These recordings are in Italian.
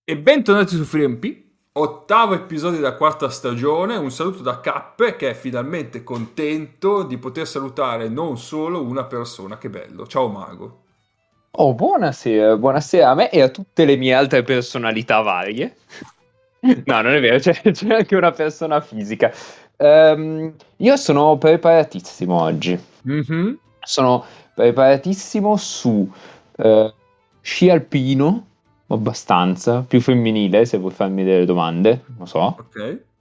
E bentornati su FreeMP, ottavo episodio della quarta stagione. Un saluto da Cappe che è finalmente contento di poter salutare non solo una persona. Che bello, ciao Mago. Oh, buonasera a me e a tutte le mie altre personalità varie. No, non è vero, c'è anche una persona fisica. Io sono preparatissimo oggi. Mhm. Sono preparatissimo su sci alpino, abbastanza, più femminile se vuoi farmi delle domande, non so. Ok.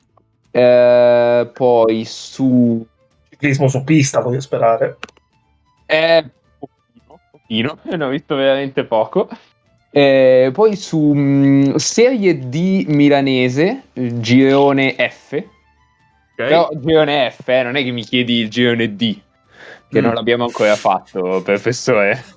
Poi su Ciclismo su pista, voglio sperare. pochino, ne ho visto veramente poco. Poi su Serie D milanese, girone F. Però Ok. girone F, non è che mi chiedi il girone D, che non Mm. l'abbiamo ancora fatto, professore.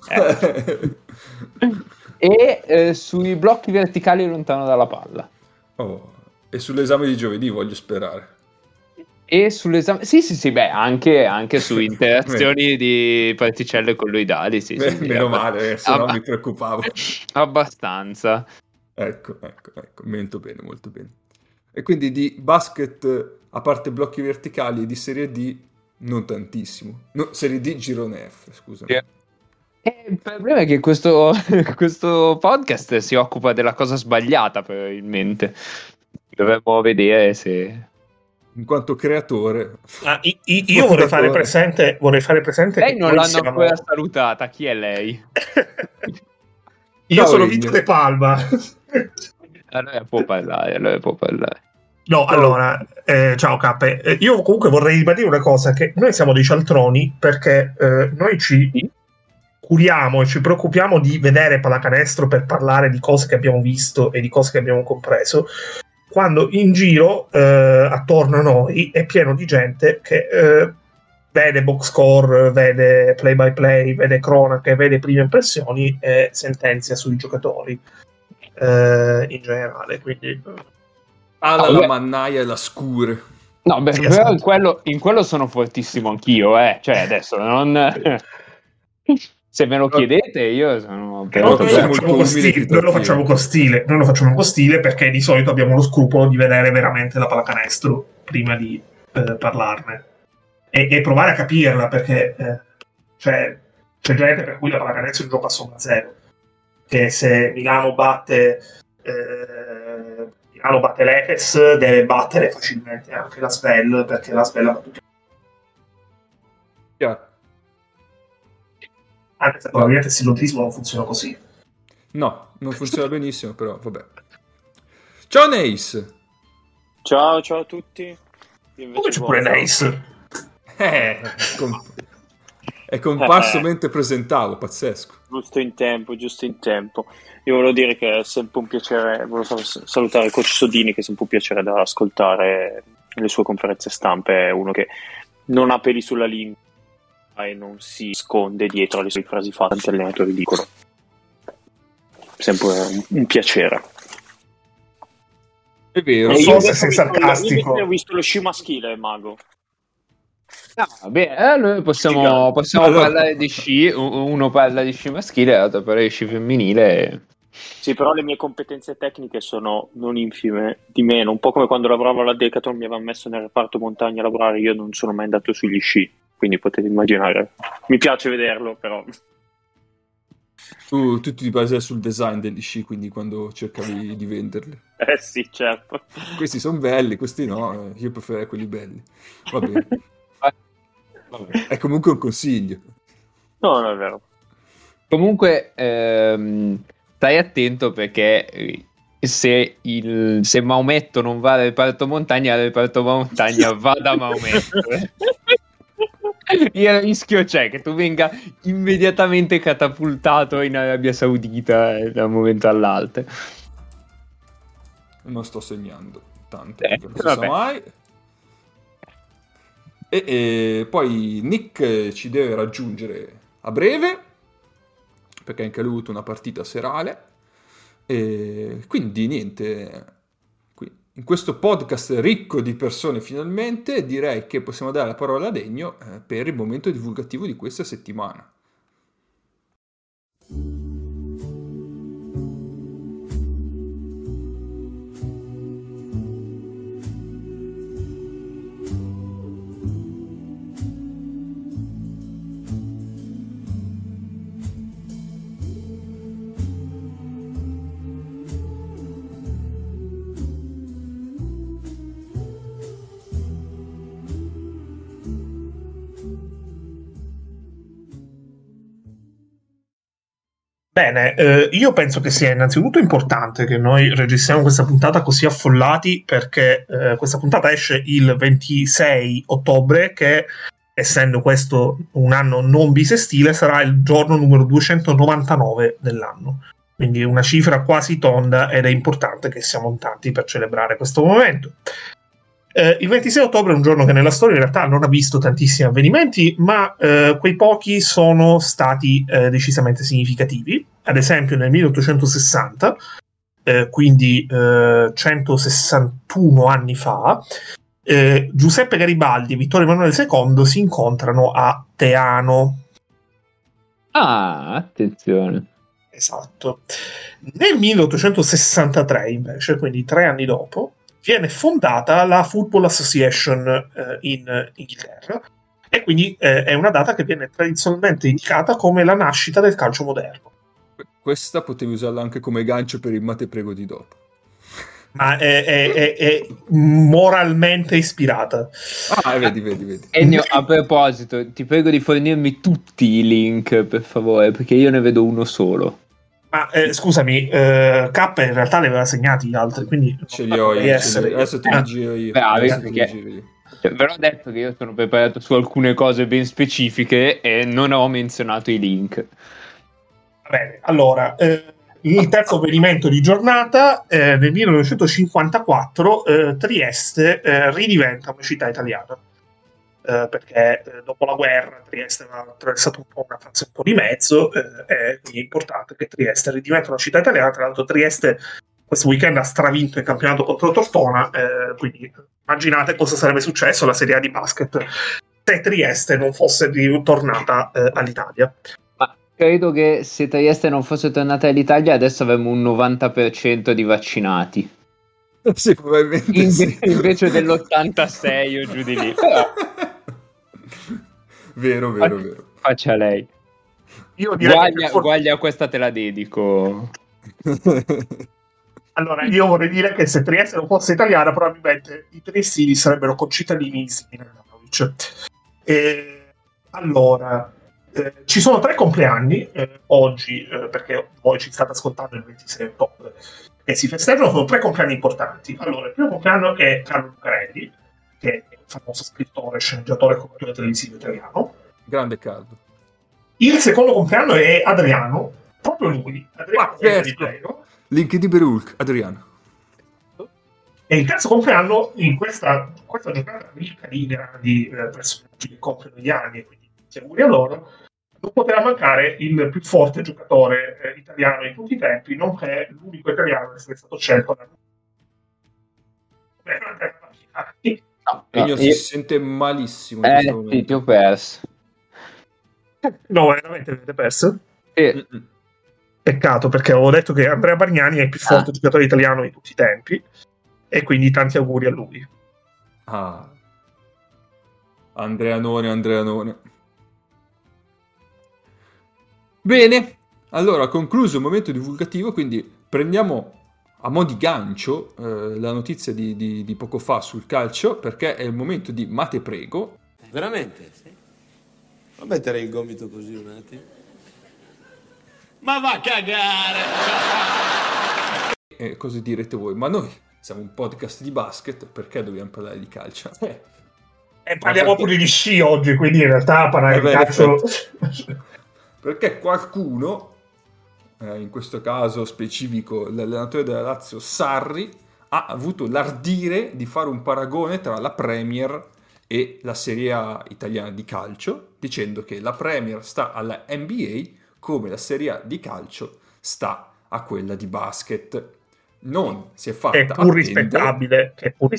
E sui blocchi verticali lontano dalla palla. Oh, e sull'esame di giovedì voglio sperare. E sull'esame, sì, beh, anche su interazioni di particelle colloidali, sì, Meno male, se no mi preoccupavo. abbastanza. Ecco, molto bene. E quindi di basket, a parte blocchi verticali, di Serie D, non tantissimo. No, Serie D, girone F, scusami. E il problema è che questo podcast si occupa della cosa sbagliata, probabilmente. Dovremmo vedere se... In quanto creatore, Io fondatore. vorrei fare presente Lei che non noi l'hanno ancora siamo. salutata, chi è lei? Io Ciao sono Vito Egno. De Palma. Allora può parlare. No, Ciao. allora, ciao Cappe. Io comunque vorrei ribadire una cosa, che noi siamo dei cialtroni perché noi ci Sì? curiamo e ci preoccupiamo di vedere pallacanestro per parlare di cose che abbiamo visto e di cose che abbiamo compreso, quando in giro attorno a noi è pieno di gente che vede box score, vede play by play, vede cronache, vede prime impressioni e sentenzia sui giocatori in generale. Quindi Alla No, la beh, mannaia e la scure. no, beh, sì, però in esatto. quello sono fortissimo anch'io, eh. Cioè, adesso non... Se me lo Però, chiedete, io sono però pronto tu Noi lo sei per... molto facciamo umile e noi lo facciamo equitativo. con stile, noi lo facciamo con stile perché di solito abbiamo lo scrupolo di vedere veramente la pallacanestro prima di parlarne e provare a capirla perché cioè, c'è gente per cui la pallacanestro è un gioco a somma zero, che se Milano batte l'Efes deve battere facilmente anche la Svel perché la Svel ha battuto, Chiaro. anche se Va. probabilmente il sillogismo non funziona così. No, non funziona benissimo, però vabbè. Ciao Neis. Ciao a tutti. Io Come invece c'è pure buonasera. Nace? È comparso mentre presentavo, pazzesco. Giusto in tempo. Io volevo dire che è sempre un piacere, salutare il coach Sodini, che è sempre un piacere da ascoltare le sue conferenze stampe, è uno che non ha peli sulla lingua e non si nasconde dietro alle sue frasi fatte, tanti allenatori dicono. Sempre un piacere. È vero. Non E io so se invece sei io invece ho sarcastico. visto lo sci maschile, Mago. No, beh, allora possiamo Gigante. Allora, parlare di sci, uno parla di sci maschile, l'altro parla di sci femminile. Sì, però le mie competenze tecniche sono non infime di meno, un po' come quando lavoravo alla Decathlon mi avevano messo nel reparto montagna a lavorare, io non sono mai andato sugli sci, quindi potete immaginare. Mi piace vederlo, però. tu ti basi sul design degli sci, quindi quando cercavi di venderli. Sì, certo. Questi sono belli, questi no, io preferirei quelli belli. Va bene. Vabbè. È comunque un consiglio. No, non è vero. Comunque, stai attento perché se Maometto non va al reparto montagna va da Maometto. Il rischio c'è che tu venga immediatamente catapultato in Arabia Saudita da un momento all'altro. Non sto segnando tanto perché non si sa Vabbè. mai. E poi Nick ci deve raggiungere a breve perché anche lui ha avuto una partita serale. E quindi niente, in questo podcast ricco di persone finalmente direi che possiamo dare la parola a Degno per il momento divulgativo di questa settimana. Bene, io penso che sia innanzitutto importante che noi registriamo questa puntata così affollati, perché questa puntata esce il 26 ottobre, che essendo questo un anno non bisestile sarà il giorno numero 299 dell'anno. Quindi una cifra quasi tonda, ed è importante che siamo in tanti per celebrare questo momento. Il 26 ottobre è un giorno che nella storia in realtà non ha visto tantissimi avvenimenti, ma quei pochi sono stati decisamente significativi. Ad esempio nel 1860, quindi 161 anni fa, Giuseppe Garibaldi e Vittorio Emanuele II si incontrano a Teano. Ah, attenzione. Esatto. Nel 1863 invece, quindi 3 anni dopo, viene fondata la Football Association in Inghilterra, e quindi è una data che viene tradizionalmente indicata come la nascita del calcio moderno. Questa potevi usarla anche come gancio per il Mate Prego di dopo. Ma è moralmente ispirata. Ah, vedi. Ennio, a proposito, ti prego di fornirmi tutti i link, per favore, perché io ne vedo uno soro. Ma scusami, K in realtà li aveva segnati gli altri, quindi Ce li ho io. essere. Adesso te li giro io. Bravi, Adesso te li perché- giro io. Cioè, ve l'ho detto che io sono preparato su alcune cose ben specifiche e non ho menzionato i link. Va bene, allora, il terzo avvenimento di giornata, nel 1954 Trieste ridiventa una città italiana, perché dopo la guerra Trieste aveva attraversato un po' una fase un po' di mezzo, e quindi è importante che Trieste ridiventa una città italiana. Tra l'altro Trieste questo weekend ha stravinto il campionato contro Tortona, quindi immaginate cosa sarebbe successo alla Serie A di basket se Trieste non fosse tornata all'Italia. Ma credo che se Trieste non fosse tornata all'Italia adesso avremmo un 90% di vaccinati. Sì, probabilmente sì. Invece dell'86 o giù di lì. Vero. Faccia lei. Io direi che Guaglia, questa te la dedico. Allora, io vorrei dire che se Trieste non fosse italiana, probabilmente i triestini sarebbero concittadini di Simone. Allora, ci sono 3 compleanni oggi, perché voi ci state ascoltando il 26 ottobre, e si festeggiano. Sono 3 compleanni importanti. Allora, il primo compleanno è Carlo Lucarelli, che è un famoso scrittore, sceneggiatore e conduttore televisivo italiano. Grande caldo. Il secondo compleanno è Adriano, proprio lui, Adriano Galileo. L'incredibile Hulk, Adriano. E il terzo compleanno, in questa giornata ricca di grandi personaggi che compiono gli anni, e quindi ci auguri a loro, non poteva mancare il più forte giocatore italiano di tutti i tempi, nonché l'unico italiano ad essere stato scelto da Ennio si sente malissimo in questo momento. Sì, ti ho perso. No, veramente avete perso? Sì. Peccato, perché avevo detto che Andrea Bargnani è il più forte giocatore italiano di tutti i tempi, e quindi tanti auguri a lui. Andreanone. Bene, allora concluso il momento divulgativo, quindi prendiamo a mo' di gancio la notizia di poco fa sul calcio, perché è il momento di Mate Prego. Veramente? Sì. Fa mettere il gomito così un attimo. Ma va a cagare! E cosa direte voi? Ma noi siamo un podcast di basket, perché dobbiamo parlare di calcio? E parliamo pure di sci oggi, quindi in realtà parlare di calcio... Perché qualcuno, in questo caso specifico l'allenatore della Lazio Sarri, ha avuto l'ardire di fare un paragone tra la Premier e la Serie A italiana di calcio, dicendo che la Premier sta alla NBA come la Serie A di calcio sta a quella di basket. Non si è fatta È pur rispettabile,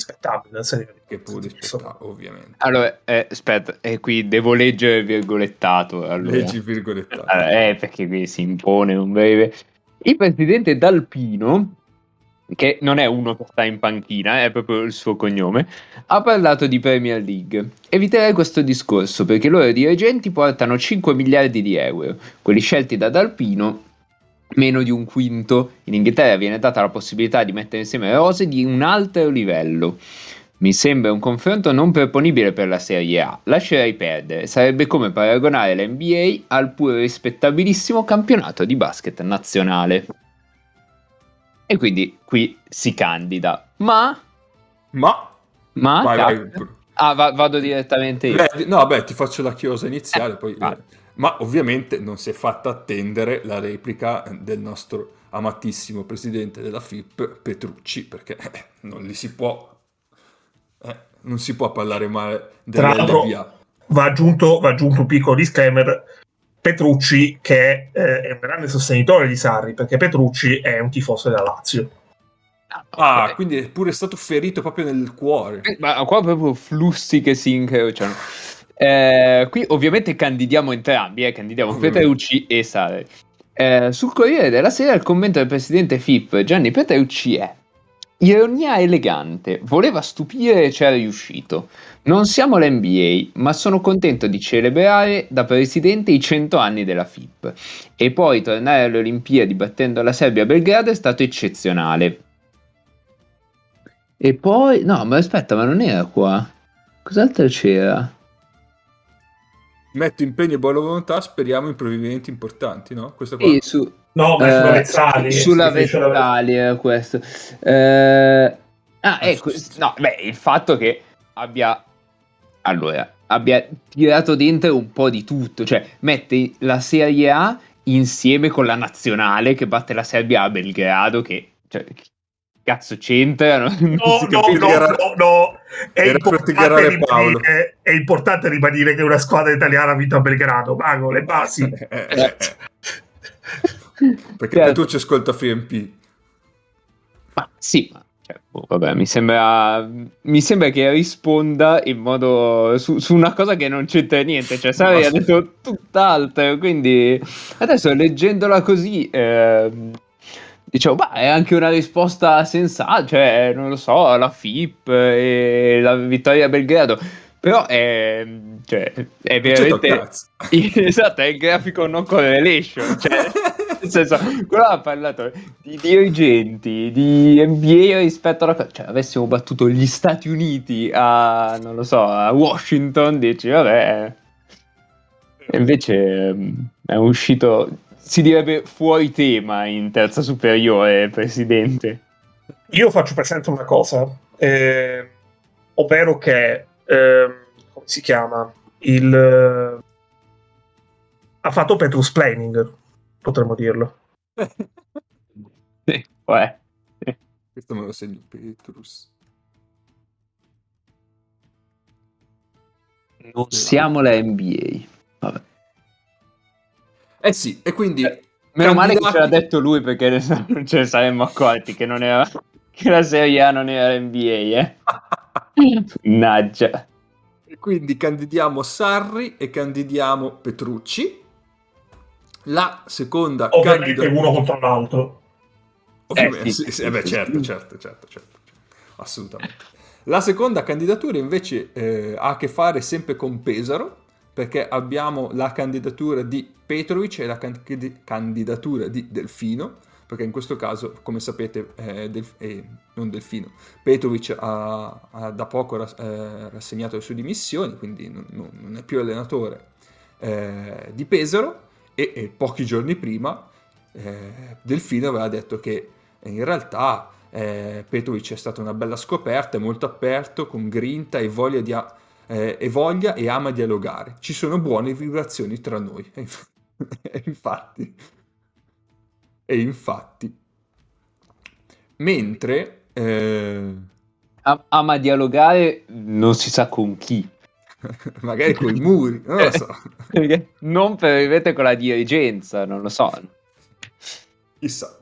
ovviamente. Allora, aspetta, qui devo leggere il virgolettato. Allora. Leggi il virgolettato. Perché qui si impone un breve. Il presidente D'Alpino, che non è uno che sta in panchina, è proprio il suo cognome, ha parlato di Premier League. Eviterei questo discorso perché loro dirigenti portano 5 miliardi di euro, quelli scelti da D'Alpino meno di un quinto. In Inghilterra viene data la possibilità di mettere insieme rose di un altro livello. Mi sembra un confronto non proponibile per la Serie A. Lascerei perdere. Sarebbe come paragonare l'NBA al pure rispettabilissimo campionato di basket nazionale. E quindi qui si candida. Ma vai. vado direttamente io. Ti faccio la chiosa iniziale, poi... Ma ovviamente non si è fatta attendere la replica del nostro amatissimo presidente della FIP, Petrucci, perché non si può parlare male Tra l'altro, dell'LBA. va aggiunto un piccolo disclaimer: Petrucci che è un grande sostenitore di Sarri, perché Petrucci è un tifoso della Lazio. Quindi è pure stato ferito proprio nel cuore. Ma qua proprio flussi che si incrociano. Qui ovviamente candidiamo entrambi, candidiamo Petrucci e Sarri. Sul Corriere della Sera il commento del presidente FIP Gianni Petrucci è: ironia elegante, voleva stupire e ci è riuscito. Non siamo l'NBA, ma sono contento di celebrare da presidente i 100 anni della FIP. E poi tornare alle Olimpiadi battendo la Serbia a Belgrado è stato eccezionale. E poi, no, ma aspetta, ma non era qua. Cos'altro c'era? Metto impegno e buona volontà, speriamo in provvedimenti importanti, no? Questo qua. No, ma sulla Vezzali. Sulla Vezzali era questo. Ecco, no, il fatto che abbia tirato dentro un po' di tutto, cioè mette la Serie A insieme con la nazionale che batte la Serbia a Belgrado, che cazzo c'entra? No. È importante ribadire che una squadra italiana ha vinto a Belgrado, Mago, le basi. Perché Petrucci ascolta FMP. Ma sì, vabbè, mi sembra che risponda in modo su una cosa che non c'entra niente, cioè Sarri ha detto tutt'altro, quindi adesso leggendola così diciamo, è anche una risposta sensata, cioè, non lo so, la FIP e la vittoria a Belgrado, però è veramente... Esatto, è il grafico non correlation, cioè, nel senso, quello ha parlato di dirigenti, di NBA rispetto alla... Cioè, avessimo battuto gli Stati Uniti a, non lo so, a Washington, dici, vabbè... E invece è uscito... Si direbbe fuori tema in terza superiore, presidente. Io faccio presente una cosa, ovvero che come si chiama? Ha fatto Petrus Planning, potremmo dirlo. Questo me lo segno, Petrus. Non siamo la NBA. Vabbè. Sì, e quindi meno male che ce l'ha detto lui, perché non ce ne saremmo accorti che non era, che la Serie A non era l'NBA, Naggia. E quindi candidiamo Sarri e candidiamo Petrucci. La seconda ovviamente uno contro l'altro. Certo, assolutamente. La seconda candidatura invece ha a che fare sempre con Pesaro, perché abbiamo la candidatura di Petrovic e la candidatura di Delfino, perché in questo caso, come sapete, non Delfino, Petrovic ha da poco rassegnato le sue dimissioni, quindi non è più allenatore di Pesaro, e pochi giorni prima Delfino aveva detto che in realtà Petrovic è stata una bella scoperta, è molto aperto, con grinta e voglia e ama dialogare. Ci sono buone vibrazioni tra noi. E infatti. Mentre ama dialogare non si sa con chi. Magari con i muri, non lo so. Non probabilmente con la dirigenza, non lo so. Chissà.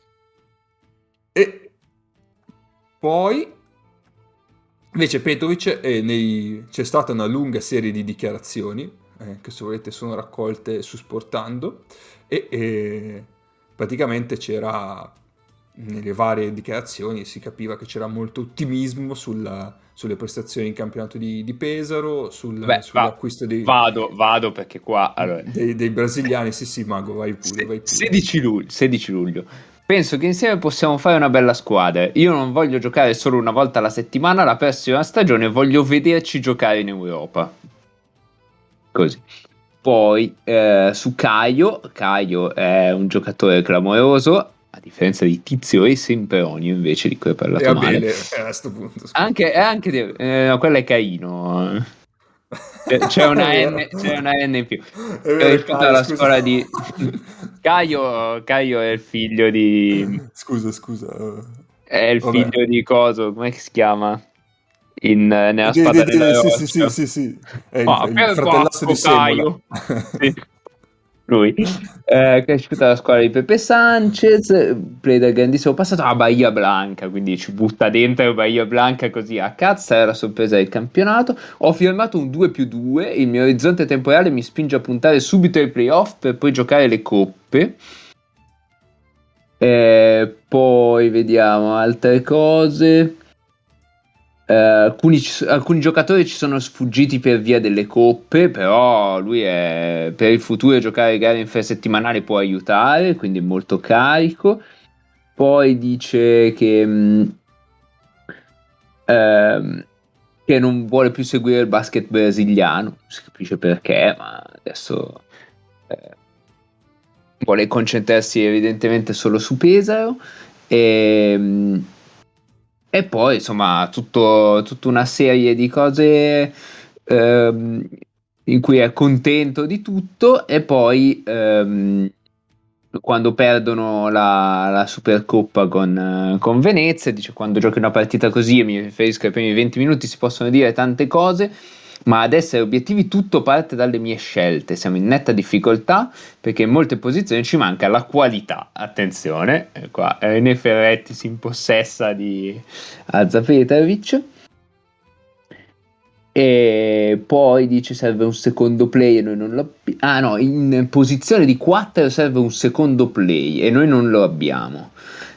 E poi invece Petrovic, c'è stata una lunga serie di dichiarazioni che, se volete, sono raccolte su Sportando, e praticamente c'era, nelle varie dichiarazioni si capiva che c'era molto ottimismo sulle prestazioni in campionato di Pesaro, sull'acquisto dei... Vado perché qua... Allora, dei brasiliani, sì, Mago, vai pure. 16 luglio. penso che insieme possiamo fare una bella squadra. Io non voglio giocare solo una volta alla settimana, la prossima stagione voglio vederci giocare in Europa. Così. Poi su Caio è un giocatore clamoroso, a differenza di Tizio e Semperonio invece, di cui ho parlato male. Abele, a sto punto. No, quello è Caino. C'è una N in più. È iscritto alla scuola di Caio è il figlio di Scusa. è il Vabbè. figlio di Coso, come si chiama? Nella spada della roccia. Sì. È Ah, il per fratellastro di Semola. Sì. Lui che è iscritto alla scuola di Pepe Sanchez, play del grandissimo passato a Bahia Blanca, quindi ci butta dentro Bahia Blanca così a cazzo, è la sorpresa del campionato. Ho firmato un 2+2, il mio orizzonte temporale mi spinge a puntare subito ai playoff per poi giocare le coppe. Poi vediamo altre cose. Alcuni giocatori ci sono sfuggiti per via delle coppe, però lui per il futuro giocare gare infrasettimanali può aiutare, quindi è molto carico. Poi dice che non vuole più seguire il basket brasiliano, non si capisce perché, ma adesso vuole concentrarsi evidentemente solo su Pesaro. E poi insomma tutta una serie di cose in cui è contento di tutto, e poi quando perdono la Supercoppa con Venezia dice: quando giochi una partita così, e mi riferisco ai primi 20 minuti, si possono dire tante cose, ma ad essere obiettivi tutto parte dalle mie scelte, siamo in netta difficoltà perché in molte posizioni ci manca la qualità. Attenzione, qua René Ferretti si impossessa di Azza Petrovic. E poi dice serve un secondo play e noi non lo abbiamo. In posizione di 4 serve un secondo play e noi non lo abbiamo.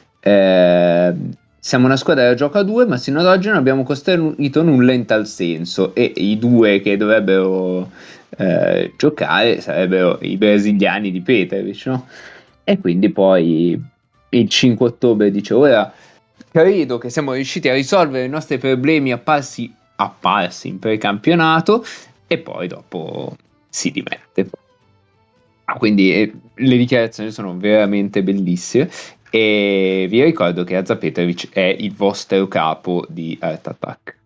Siamo una squadra che gioca a 2, ma sino ad oggi non abbiamo costruito nulla in tal senso, e i 2 che dovrebbero giocare sarebbero i brasiliani di Petrovic, no? E quindi poi il 5 ottobre dice: ora credo che siamo riusciti a risolvere i nostri problemi apparsi in precampionato, e poi dopo si dimette. Quindi le dichiarazioni sono veramente bellissime, e vi ricordo che Azza Petrovic è il vostro capo di Art Attack.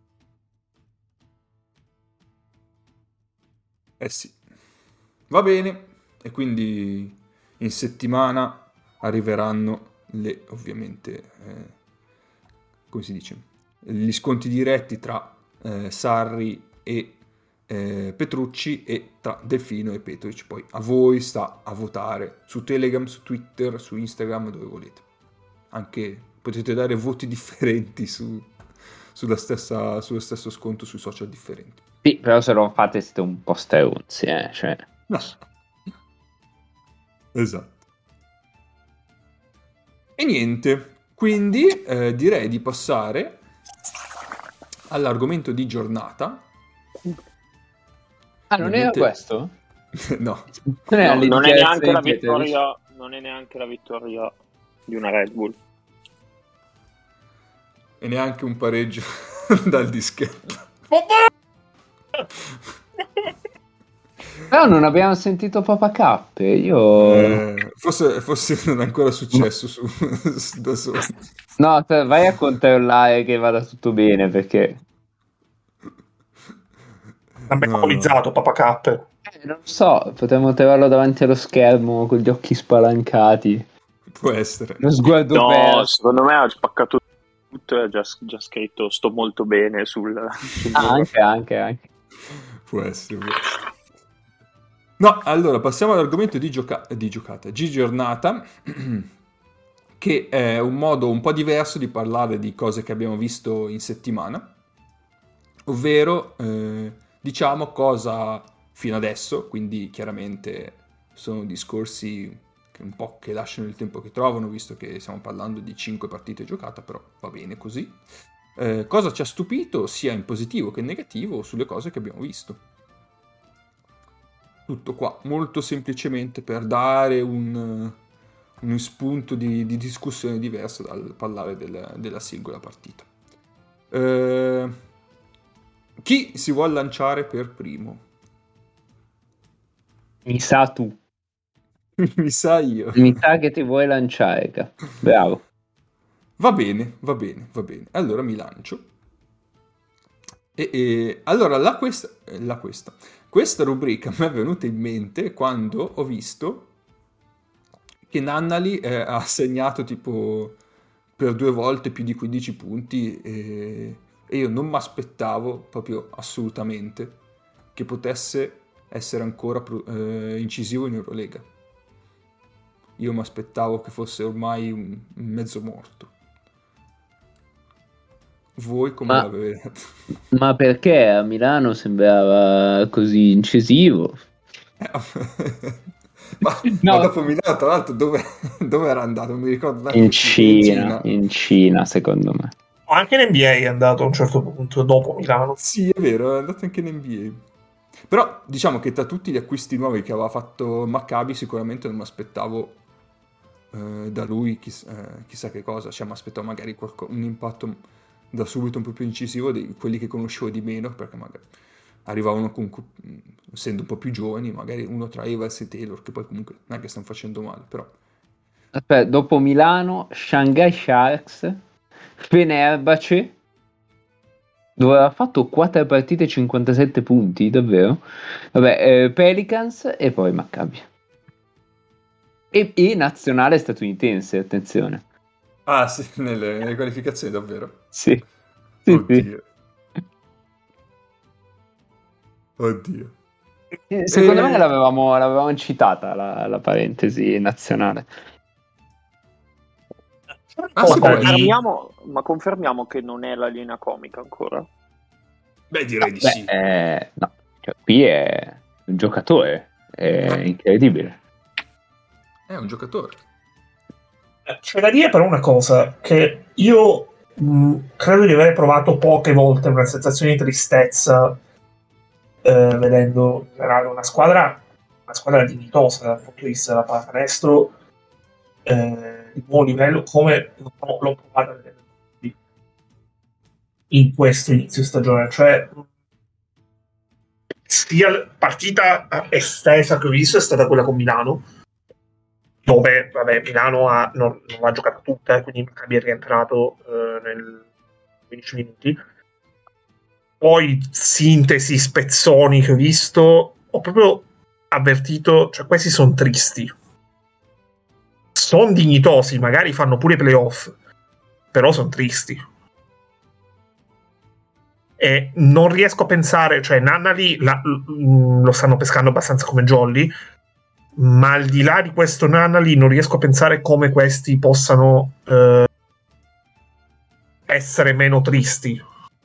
Sì, va bene. E quindi in settimana arriveranno ovviamente come si dice, gli sconti diretti tra Sarri e Petrucci, e tra Delfino e Petrovic. Poi a voi sta a votare su Telegram, su Twitter, su Instagram, dove volete. Anche potete dare voti differenti sullo stesso sconto sui social differenti. Sì, però se lo fate siete un po' stronzi, cioè. No. Esatto. E niente, quindi direi di passare all'argomento di giornata. Ah, non era questo? No. Non è neanche la vittoria, non è neanche la vittoria di una Red Bull. E neanche un pareggio dal dischetto. Però non abbiamo sentito Papacappe. Io forse non è ancora successo da solo. No, vai a controllare che vada tutto bene, perché l'ha metabolizzato Papacappe. Non so, potremmo trovarlo davanti allo schermo con gli occhi spalancati. Può essere. Lo sguardo No, perso. secondo me ha spaccato tutto e ha già scritto sto molto bene sul Anche. Può essere. No, allora passiamo all'argomento di giornata, che è un modo un po' diverso di parlare di cose che abbiamo visto in settimana, ovvero diciamo cosa fino adesso, quindi chiaramente sono discorsi che un po' che lasciano il tempo che trovano, visto che stiamo parlando di 5 partite giocate, però va bene così. Cosa ci ha stupito sia in positivo che in negativo sulle cose che abbiamo visto. Tutto qua, molto semplicemente per dare un un spunto di discussione diverso dal parlare della singola partita. Chi si vuole lanciare per primo? Mi sa tu. Mi sa io. Mi sa che ti vuoi lanciare. Bravo. Va bene. Allora mi lancio. Allora, questa rubrica mi è venuta in mente quando ho visto che Nannali ha segnato tipo per 2 volte più di 15 punti e io non mi aspettavo proprio assolutamente che potesse essere ancora incisivo in Eurolega. Io mi aspettavo che fosse ormai un mezzo morto. Voi come l'avete? Ma perché a Milano sembrava così incisivo? Ma dopo Milano, tra l'altro, dove era andato? Non mi ricordo. In Cina, secondo me. Anche in NBA è andato a un certo punto, dopo Milano. Sì, è vero, è andato anche in NBA. Però diciamo che tra tutti gli acquisti nuovi che aveva fatto Maccabi, sicuramente non mi aspettavo da lui chissà che cosa. Cioè, mi aspettavo magari un impatto da subito un po' più incisivo di quelli che conoscevo di meno, perché magari arrivavano comunque, essendo un po' più giovani, magari uno tra Evans e Taylor, che poi comunque non è che stanno facendo male, però. Aspetta, dopo Milano, Shanghai Sharks, Fenerbahce, dove aveva fatto 4 partite e 57 punti, davvero? Vabbè, Pelicans e poi Maccabi. E nazionale statunitense, attenzione. Ah, sì, nelle qualificazioni, davvero? Sì. Oddio. Oddio. Secondo me l'avevamo citata la parentesi nazionale. Ma confermiamo che non è la linea comica ancora? Beh, direi di sì. No, cioè, qui è un giocatore, è incredibile. È un giocatore. C'è da dire però una cosa, che io credo di aver provato poche volte una sensazione di tristezza vedendo in generale una squadra dignitosa dal punto di vista della pallacanestro di buon livello, come l'ho provata vedendo in questo inizio stagione. Cioè, sia la partita estesa che ho visto è stata quella con Milano, dove Milano non l'ha giocata tutta, quindi Maccabi è rientrato nel 15 minuti. Poi sintesi, spezzoni che ho visto, ho proprio avvertito, cioè questi sono tristi, sono dignitosi, magari fanno pure i playoff, però sono tristi. E non riesco a pensare, cioè Nannali lo stanno pescando abbastanza come jolly, ma al di là di questo Nannali non riesco a pensare come questi possano essere meno tristi.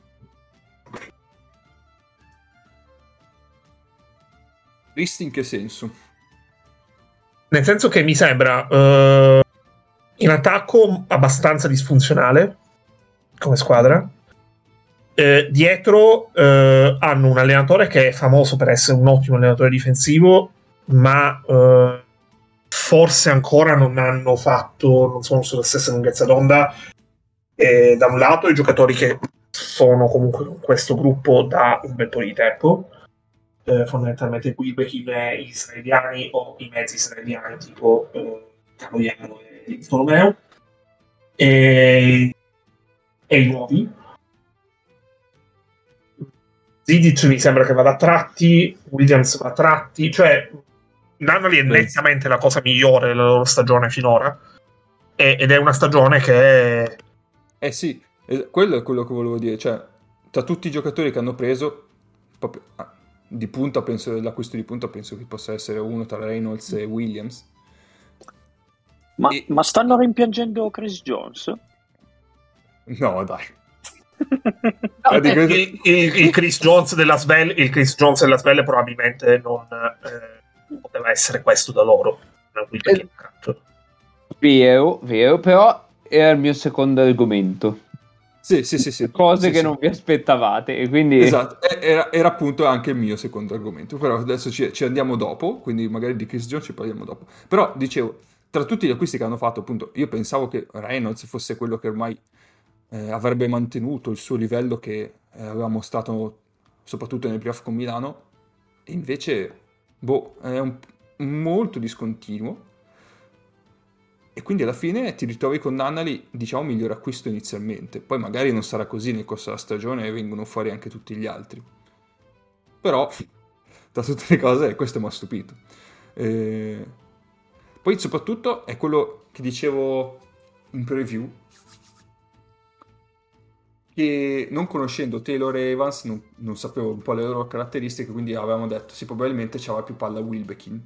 Tristi in che senso? Nel senso che mi sembra in attacco abbastanza disfunzionale come squadra. Dietro hanno un allenatore che è famoso per essere un ottimo allenatore difensivo, ma forse ancora non sono sulla stessa lunghezza d'onda. Da un lato i giocatori che sono comunque con questo gruppo da un bel po' di tempo, fondamentalmente qui gli israeliani o i mezzi israeliani tipo Caloiano e Tolomeo, e i nuovi. Zidic mi sembra che vada a tratti, Williams va a tratti, cioè Nannali è nettamente la cosa migliore della loro stagione finora, ed è una stagione che sì, quello è quello che volevo dire, cioè tra tutti i giocatori che hanno preso proprio di punta, penso l'acquisto di punta penso che possa essere uno tra Reynolds e Williams. Ma stanno rimpiangendo Chris Jones? No, dai. No, il Chris Jones della Svelle probabilmente non poteva essere questo da loro. Vero, però era il mio secondo argomento. Sì. Cose che non vi aspettavate, e quindi... Esatto, era appunto anche il mio secondo argomento, però adesso ci andiamo dopo, quindi magari di Chris Jones ci parliamo dopo. Però dicevo, tra tutti gli acquisti che hanno fatto, appunto, io pensavo che Reynolds fosse quello che ormai avrebbe mantenuto il suo livello che aveva mostrato soprattutto nei playoff con Milano, e invece, boh, è molto discontinuo. E quindi alla fine ti ritrovi con Nannali, diciamo, miglior acquisto inizialmente. Poi magari non sarà così nel corso della stagione e vengono fuori anche tutti gli altri. Però, tra tutte le cose, questo mi ha stupito. Eh, Poi soprattutto è quello che dicevo in preview, che non conoscendo Taylor e Evans non sapevo un po' le loro caratteristiche, quindi avevamo detto sì, probabilmente c'aveva più palla Wilbekin.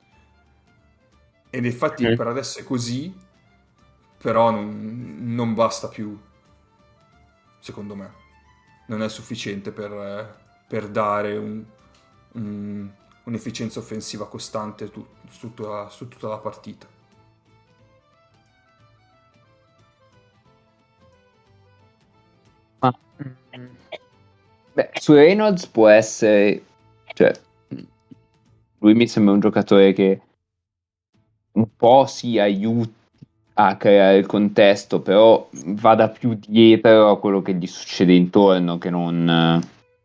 Ed infatti per adesso è così, però non basta più, secondo me. Non è sufficiente per dare un'efficienza offensiva costante su tutta la partita. Ma, beh, su Reynolds può essere, cioè, lui mi sembra un giocatore che un po' si aiuta a creare il contesto, però vada più dietro a quello che gli succede intorno, che non...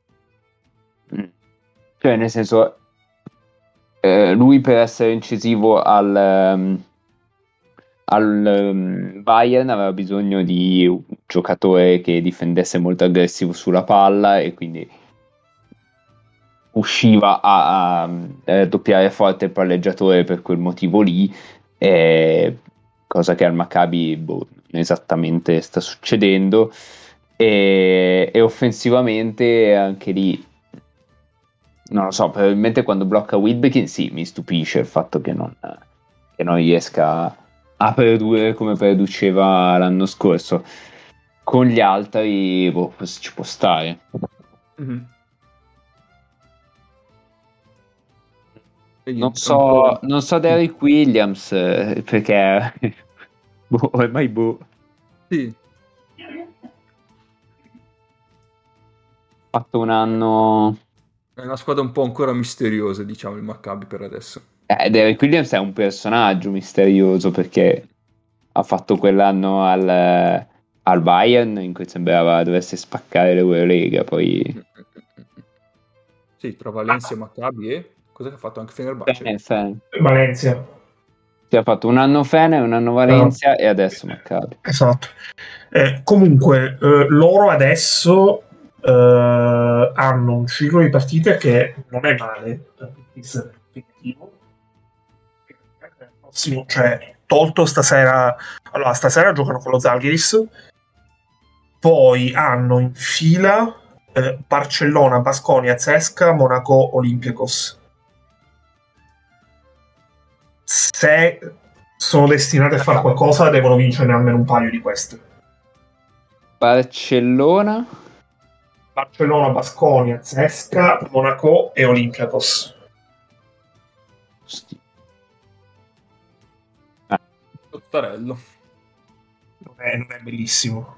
Cioè, nel senso, lui per essere incisivo al Bayern aveva bisogno di un giocatore che difendesse molto aggressivo sulla palla e quindi usciva a doppiare forte il palleggiatore per quel motivo lì, cosa che al Maccabi non esattamente sta succedendo, e offensivamente anche lì non lo so, probabilmente quando blocca Wilbekin sì, mi stupisce il fatto che non riesca a produrre come produceva l'anno scorso. Con gli altri ci può stare. Mm-hmm. Non so Derrick Williams, perché ormai Sì. ha fatto un anno. È una squadra un po' ancora misteriosa, diciamo, il Maccabi per adesso. Derrick Williams è un personaggio misterioso perché ha fatto quell'anno al Bayern in cui sembrava dovesse spaccare l'Eurolega, poi Sì, tra Valencia e Maccabi e... Cosa che ha fatto anche Fenerbahce? Valencia. Si è fatto un anno Fener, un anno Valencia e adesso Maccabi. Esatto. Comunque, loro adesso hanno un ciclo di partite che non è male dal punto di vista effettivo. Prossimo, cioè, tolto stasera. Allora, stasera giocano con lo Zalgiris, poi hanno in fila Barcellona, Baskonia, Zesca, Monaco, Olympiacos. Se sono destinati a fare qualcosa, devono vincerne almeno un paio di queste. Barcellona, Baskonia, Zesca, Monaco e Olympiacos. Tottarello. Non è bellissimo.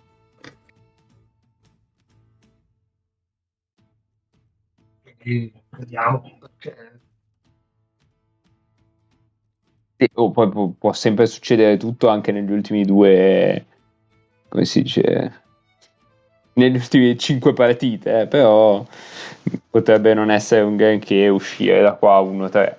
Quindi, vediamo. poi può sempre succedere tutto anche negli ultimi due, come si dice, negli ultimi 5 partite, però potrebbe non essere un granché uscire da qua 1-3.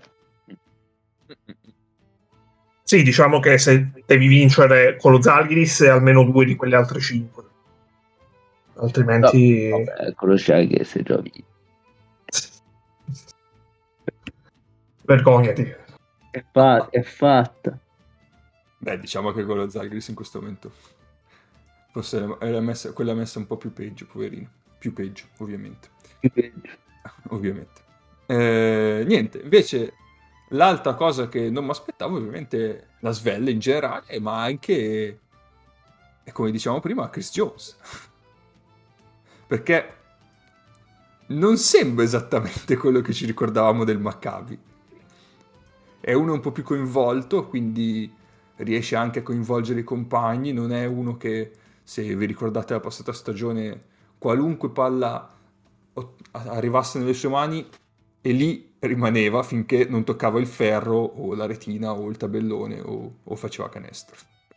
Sì, diciamo che se devi vincere con lo Zalgiris è almeno 2 di quelle altre 5. Altrimenti... Vabbè, con lo Zalgiris è già vinto. Vergognati. È fatta. Beh, diciamo che con lo Zalgiris in questo momento forse era quella messa un po' più peggio, poverino. Più peggio, ovviamente. Ovviamente. Niente, invece l'altra cosa che non mi aspettavo, ovviamente, la Svel in generale, ma anche, e come diciamo prima, Chris Jones. Perché non sembra esattamente quello che ci ricordavamo del Maccabi. È uno un po' più coinvolto, quindi riesce anche a coinvolgere i compagni, non è uno che, se vi ricordate la passata stagione, qualunque palla arrivasse nelle sue mani e lì rimaneva finché non toccava il ferro o la retina o il tabellone o faceva canestro.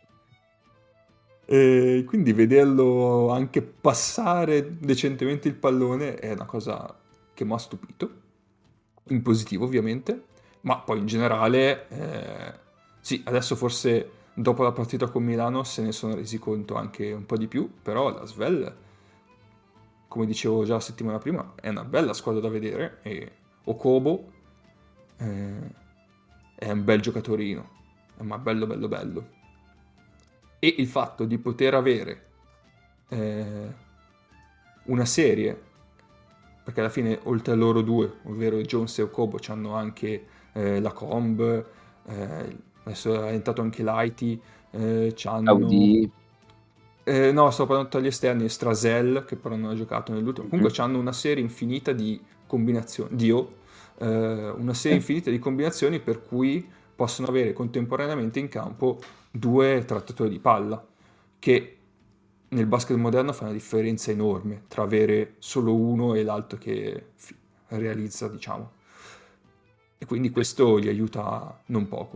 E quindi vederlo anche passare decentemente il pallone è una cosa che mi ha stupito, in positivo ovviamente, ma poi in generale sì, adesso forse dopo la partita con Milano se ne sono resi conto anche un po' di più, però la Svel, come dicevo già la settimana prima, è una bella squadra da vedere e Okobo è un bel giocatorino, ma bello bello bello. E il fatto di poter avere una serie, perché alla fine oltre a loro due, ovvero Jones e Okobo, c'hanno anche la Comb, adesso è entrato anche Lighty, c'hanno... Audi. no, sto parlando tra gli esterni, Strasel, che però non ha giocato nell'ultimo. Comunque c'hanno una serie infinita di combinazioni, una serie infinita di combinazioni per cui possono avere contemporaneamente in campo due trattatori di palla, che nel basket moderno fa una differenza enorme tra avere solo uno e l'altro che realizza, diciamo. E quindi questo gli aiuta non poco.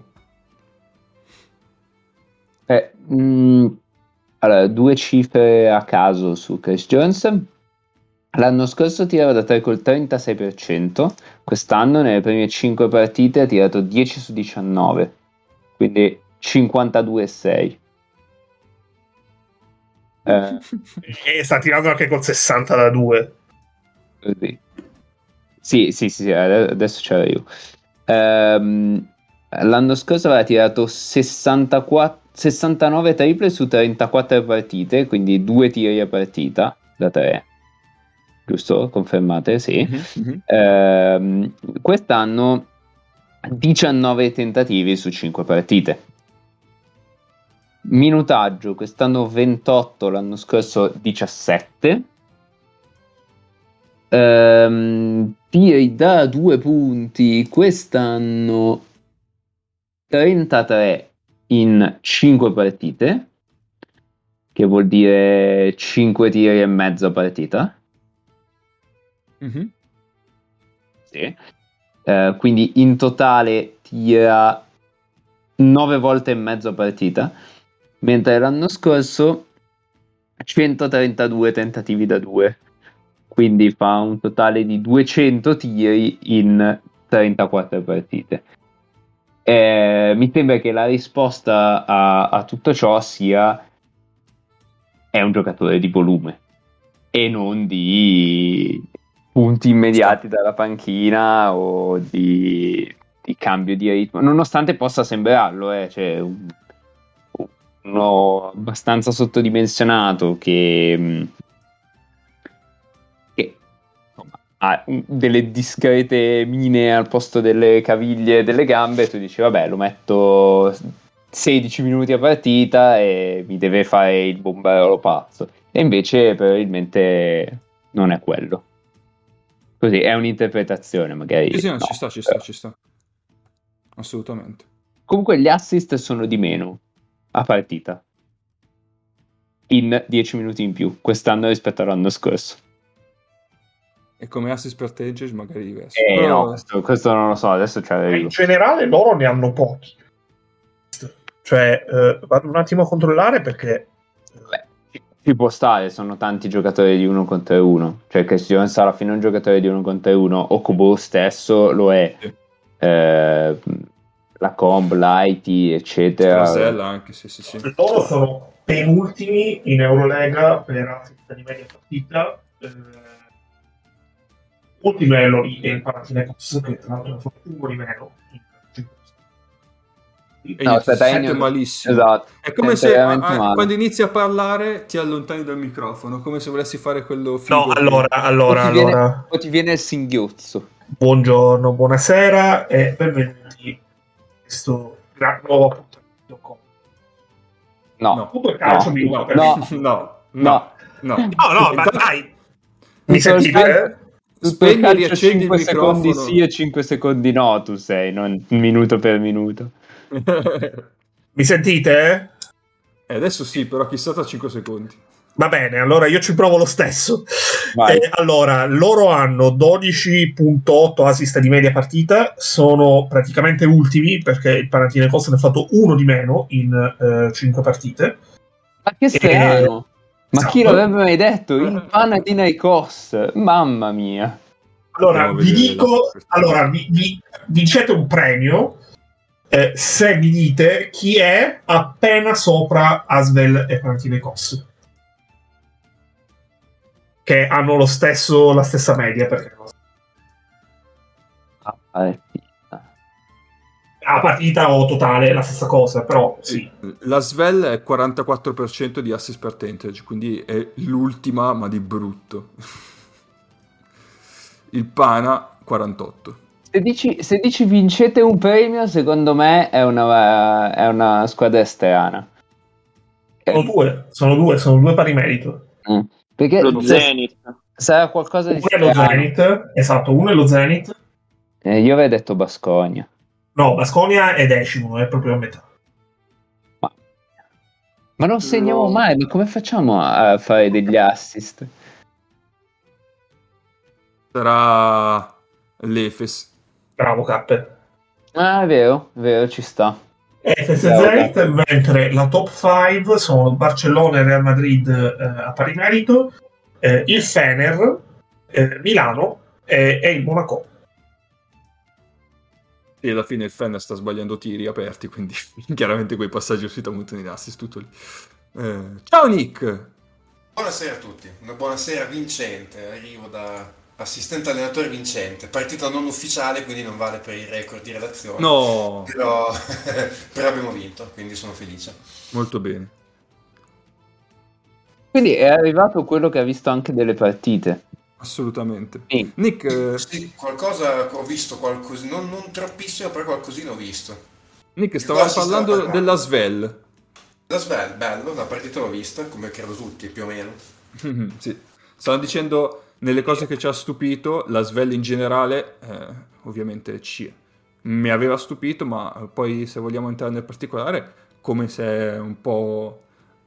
Allora, 2 cifre a caso su Chris Jones. L'anno scorso tirava da 3 col 36%, quest'anno nelle prime 5 partite ha tirato 10 su 19, quindi 52,6. E sta tirando anche col 60 da 2. Sì, adesso ce l'avevo. L'anno scorso aveva tirato 69 triple su 34 partite, quindi 2 tiri a partita da 3. Giusto? Confermate? Sì. Quest'anno 19 tentativi su 5 partite. Minutaggio, quest'anno 28, l'anno scorso 17. Tiri da 2 punti, quest'anno 33 in 5 partite, che vuol dire 5 tiri e mezzo a partita. Sì. Quindi in totale tira 9 volte e mezzo a partita, mentre l'anno scorso 132 tentativi da 2, quindi fa un totale di 200 tiri in 34 partite. Mi sembra che la risposta a tutto ciò sia: è un giocatore di volume e non di punti immediati dalla panchina o di cambio di ritmo, nonostante possa sembrarlo, cioè uno abbastanza sottodimensionato che insomma, ha delle discrete mine al posto delle caviglie e delle gambe. Tu dici vabbè, lo metto 16 minuti a partita e mi deve fare il bomberolo pazzo, e invece probabilmente non è quello. Così è un'interpretazione, magari. Sì, no, no, ci sta. Assolutamente. Comunque gli assist sono di meno a partita in 10 minuti in più quest'anno rispetto all'anno scorso. E come assist percentage magari diverso. No, questo non lo so, adesso In generale loro ne hanno pochi. Cioè, vado un attimo a controllare perché... Ci può stare, sono tanti giocatori di 1 contro 1. Cioè che Jones alla fine è un giocatore di 1 contro 1, Okobo stesso lo è. Sì. La Comb, Lighty, eccetera. Strasella anche, sì. Loro sono penultimi in Eurolega per assist di media partita. Ultimo è il Panathinaikos, che tra l'altro fa uno di meno. E no, si sente malissimo. Esatto. È come se quando inizi a parlare ti allontani dal microfono, come se volessi fare quello figo. No, allora. O ti viene il singhiozzo. Buongiorno, buonasera e benvenuti in questo nuovo appuntamento. No, dai. Mi sentite? Spegni e riaccendi 5 secondi sì e 5 secondi no, tu sei, non minuto per minuto. Mi sentite? Adesso sì, però chissà tra 5 secondi. Va bene, allora io ci provo lo stesso. Vai. Allora, loro hanno 12.8 assist di media partita, sono praticamente ultimi perché il Panathinaikos ne ha fatto uno di meno in 5 partite. Ma che strano! Ma chi esatto. l'avrebbe mai detto? Il Panathinaikos, mamma mia! Allora, Andiamo a vi vedere dico, la- allora, vi vincete un premio se mi dite chi è appena sopra Asvel e Panathinaikos, che hanno la stessa media, perché a partita o totale è la stessa cosa, però sì. La Svel è 44% di assist percentage, quindi è l'ultima, ma di brutto. Il Pana 48. Se dici vincete un premio, secondo me è una squadra estranea. Sono due pari merito. Perché Lo Zenith. sarà qualcosa di Uno è lo strano. Zenith, esatto, uno è lo Zenith. Io avrei detto Baskonia. No, Baskonia è decimo, è proprio a metà. Ma non segniamo mai, ma come facciamo a fare degli assist? Sarà l'Efes. Bravo, Cappe. Ah, è vero, ci sta. Efes e Bravo, Zenit, mentre la top 5 sono Barcellona e Real Madrid a pari merito, il Fener, Milano e il Monaco. E alla fine il Fener sta sbagliando tiri aperti, quindi chiaramente quei passaggi usciti aumentano in assist, tutto lì. Ciao Nick! Buonasera a tutti, una buonasera vincente, arrivo da assistente allenatore vincente, partita non ufficiale quindi non vale per il record di redazione, No! però, però abbiamo vinto, quindi sono felice. Molto bene. Quindi è arrivato quello che ha visto anche delle partite. Assolutamente. Sì. Nick, Sì, qualcosa ho visto, qualcosina, non troppissimo, però qualcosina ho visto. Nick Di stavamo cosa si stava parlando parlando? della Svel. La Svel, bello, la partita l'ho vista, come credo tutti più o meno. Sì. Stavamo dicendo nelle cose che ci ha stupito, la Svel in generale, ovviamente mi aveva stupito, ma poi se vogliamo entrare nel particolare, come se è un po'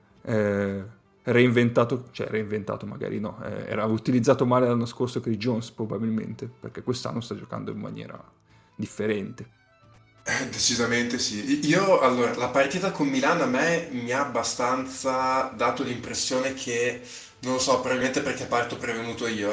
reinventato magari no, era utilizzato male l'anno scorso Chris Jones probabilmente, perché quest'anno sta giocando in maniera differente. Decisamente sì. Io, allora, la partita con Milano a me mi ha abbastanza dato l'impressione che, non lo so, probabilmente perché parto prevenuto io,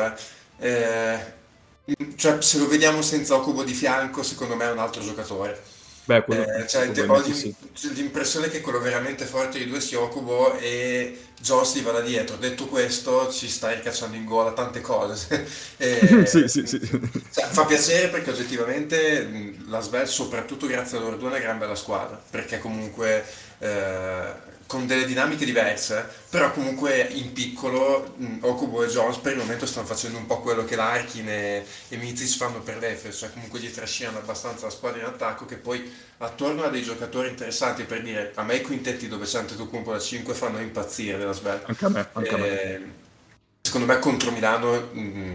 cioè se lo vediamo senza Okubo di fianco, secondo me è un altro giocatore. Beh, quello Cioè, probabilmente sì. l'impressione che quello veramente forte dei due sia Okubo e Jones gli va da dietro. Detto questo, ci stai ricacciando in gola tante cose. Sì, E- sì, sì. cioè, fa piacere perché oggettivamente la Svel, soprattutto grazie a loro due, è una gran bella squadra. Perché comunque con delle dinamiche diverse, però comunque in piccolo Okubo e Jones per il momento stanno facendo un po' quello che Larkin e Mizic fanno per l'Efes, cioè comunque gli trascinano abbastanza la squadra in attacco che poi attorno a dei giocatori interessanti, per dire, a me i quintetti dove c'è Antetokounmpo da 5 fanno impazzire della Svel. Anche a me, anche a me. Secondo me contro Milano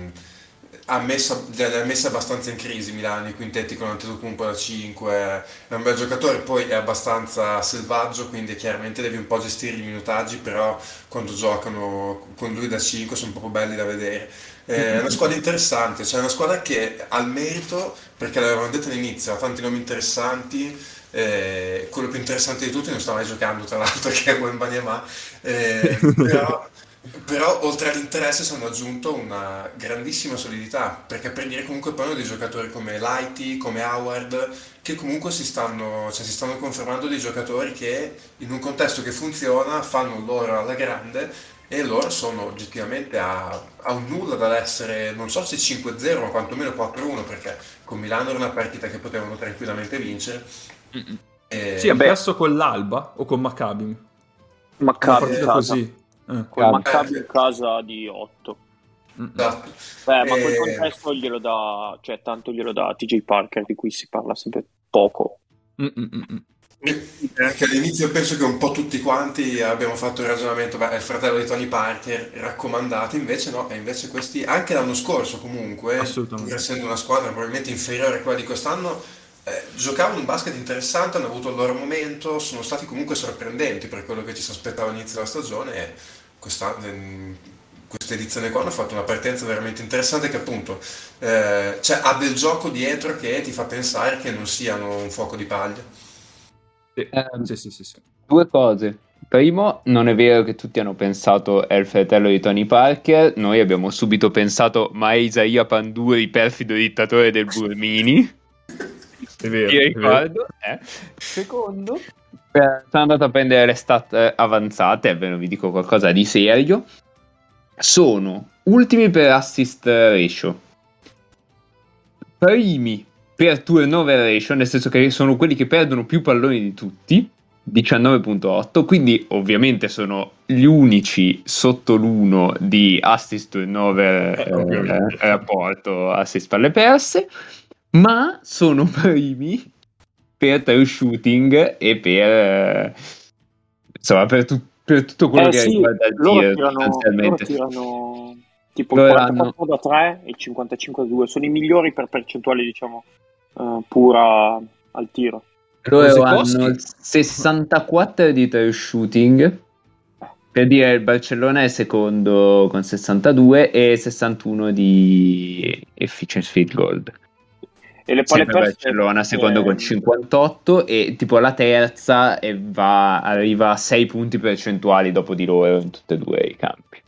le ha messe abbastanza in crisi Milano, i quintetti con Antetokounmpo da 5, è un bel giocatore, poi è abbastanza selvaggio, quindi chiaramente devi un po' gestire i minutaggi, però quando giocano con lui da 5 sono proprio belli da vedere. È una squadra interessante, cioè è una squadra che ha il merito, perché l'avevamo detto all'inizio, ha tanti nomi interessanti, quello più interessante di tutti non sta mai giocando tra l'altro che è Wembanyama, però oltre all'interesse si hanno aggiunto una grandissima solidità, perché per dire comunque poi hanno dei giocatori come Lighty, come Howard, che comunque si stanno confermando dei giocatori che in un contesto che funziona fanno il loro alla grande e loro sono oggettivamente a un nulla dall'essere, non so se 5-0 ma quantomeno 4-1, perché con Milano era una partita che potevano tranquillamente vincere. Sì, hanno perso con l'Alba o con Maccabi? Una Maccabi in partita casa. così. Col Maccabi in casa di 8. Esatto. Ma quel contesto glielo dà, cioè tanto glielo dà TJ Parker, di cui si parla sempre poco. Anche all'inizio penso che un po' tutti quanti abbiamo fatto il ragionamento, beh, è il fratello di Tony Parker, raccomandato, invece no, e invece questi, anche l'anno scorso comunque, Assolutamente. pur essendo una squadra probabilmente inferiore a quella di quest'anno, giocavano un basket interessante, hanno avuto il loro momento, sono stati comunque sorprendenti per quello che ci si aspettava all'inizio della stagione e questa edizione qua hanno fatto una partenza veramente interessante che appunto ha del gioco dietro che ti fa pensare che non siano un fuoco di paglia. Sì. Due cose. Primo, non è vero che tutti hanno pensato è il fratello di Tony Parker, noi abbiamo subito pensato ma è Isaiah Panduri, perfido dittatore del Burmini. È vero, Ti ricordo. Secondo, sono andato a prendere le stat avanzate, ve vi dico qualcosa di serio. Sono ultimi per assist ratio, primi per turnover ratio, nel senso che sono quelli che perdono più palloni di tutti, 19.8, quindi ovviamente sono gli unici sotto l'1 di assist turnover rapporto assist palle perse, ma sono primi per true shooting e per insomma per tutto quello che riguarda il tir sostanzialmente. Loro tirano tipo il 44 da 3 e il 55 da 2, sono i migliori per percentuale diciamo pura al tiro. Loro hanno 64 di true shooting, per dire il Barcellona è secondo con 62 e 61 di efficiency field goal. E le palle perse Barcellona secondo con 58 e tipo la terza arriva a 6 punti percentuali dopo di loro in tutti e due i campi.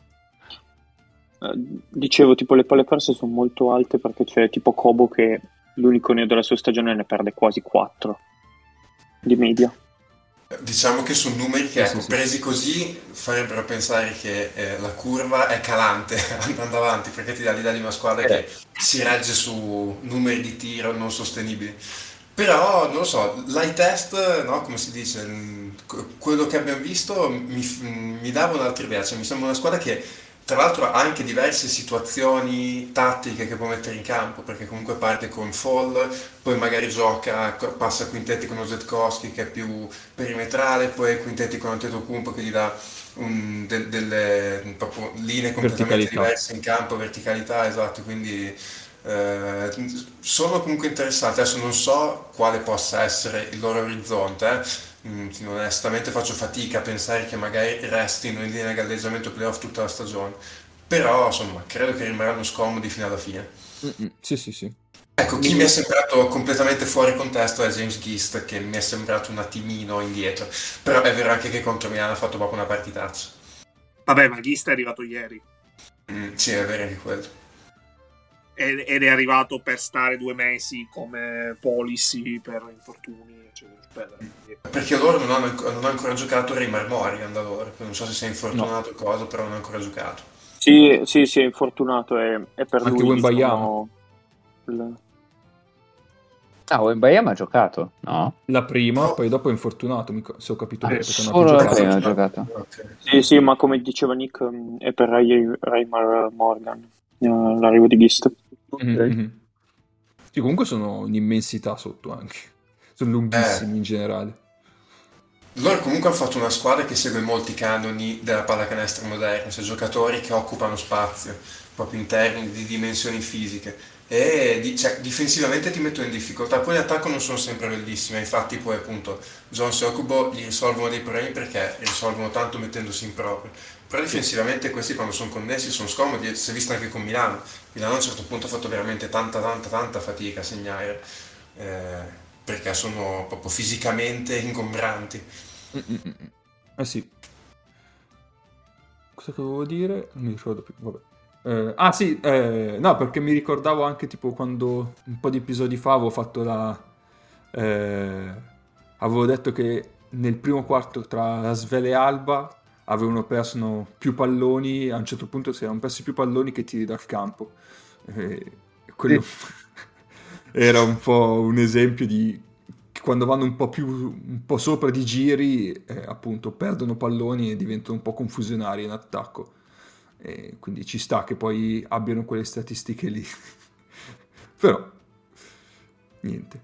Dicevo tipo le palle perse sono molto alte perché c'è tipo Kobo che l'unico anno della sua stagione ne perde quasi 4 di media. Diciamo che sono numeri che presi così farebbero pensare che la curva è calante andando avanti, perché ti dà l'idea di una squadra che si regge su numeri di tiro non sostenibili. Però non lo so, l'eye test, no, come si dice, quello che abbiamo visto mi dava un'altra idea, cioè mi sembra una squadra che tra l'altro ha anche diverse situazioni tattiche che può mettere in campo, perché comunque parte con Fall, poi magari passa a quintetti con Ozetkowski che è più perimetrale, poi quintetti con Antetokounmpo che gli dà delle proprio linee completamente diverse in campo, verticalità, esatto, quindi sono comunque interessati. Adesso non so quale possa essere il loro orizzonte, onestamente faccio fatica a pensare che magari restino in linea galleggiamento playoff tutta la stagione, però insomma credo che rimarranno scomodi fino alla fine. Sì. Ecco, chi mi è sembrato completamente fuori contesto è James Gist, che mi è sembrato un attimino indietro, però è vero anche che contro Milano ha fatto proprio una partitaccia. Vabbè, ma Gist è arrivato ieri. Sì, è vero anche quello. Ed è arrivato per stare 2 mesi come policy per infortuni, eccetera. Perché loro non hanno ancora giocato Raymar Morgan da loro, non so se si è infortunato o cosa, però non ha ancora giocato. Sì, si è infortunato e per anche lui Wembanyama. Wembanyama ha giocato? No? La prima, poi dopo è infortunato, se ho capito bene. Solo la prima ha giocato. Okay. Sì, ma come diceva Nick è per Raymar Morgan l'arrivo di Gist. Mm-hmm. Sì, comunque sono un'immensità sotto anche, sono lunghissimi in generale. Loro comunque hanno fatto una squadra che segue molti canoni della pallacanestro moderna, cioè giocatori che occupano spazio proprio in termini di dimensioni fisiche e difensivamente ti mettono in difficoltà. Poi in attacco non sono sempre bellissime, infatti poi appunto Jones e Okubo gli risolvono dei problemi perché risolvono tanto mettendosi in proprio, però difensivamente questi quando sono connessi sono scomodi. Si è visto anche con Milano a un certo punto ha fatto veramente tanta fatica a segnare, perché sono proprio fisicamente ingombranti. Sì. Cosa che volevo dire? Non mi ricordo più, vabbè. No, perché mi ricordavo anche tipo quando un po' di episodi fa avevo fatto avevo detto che nel primo quarto tra la Svele e Alba avevano perso più palloni, a un certo punto si erano persi più palloni che tiri dal campo. Quello era un po' un esempio di quando vanno un po' sopra di giri, appunto perdono palloni e diventano un po' confusionari in attacco. Quindi ci sta che poi abbiano quelle statistiche lì. Però niente.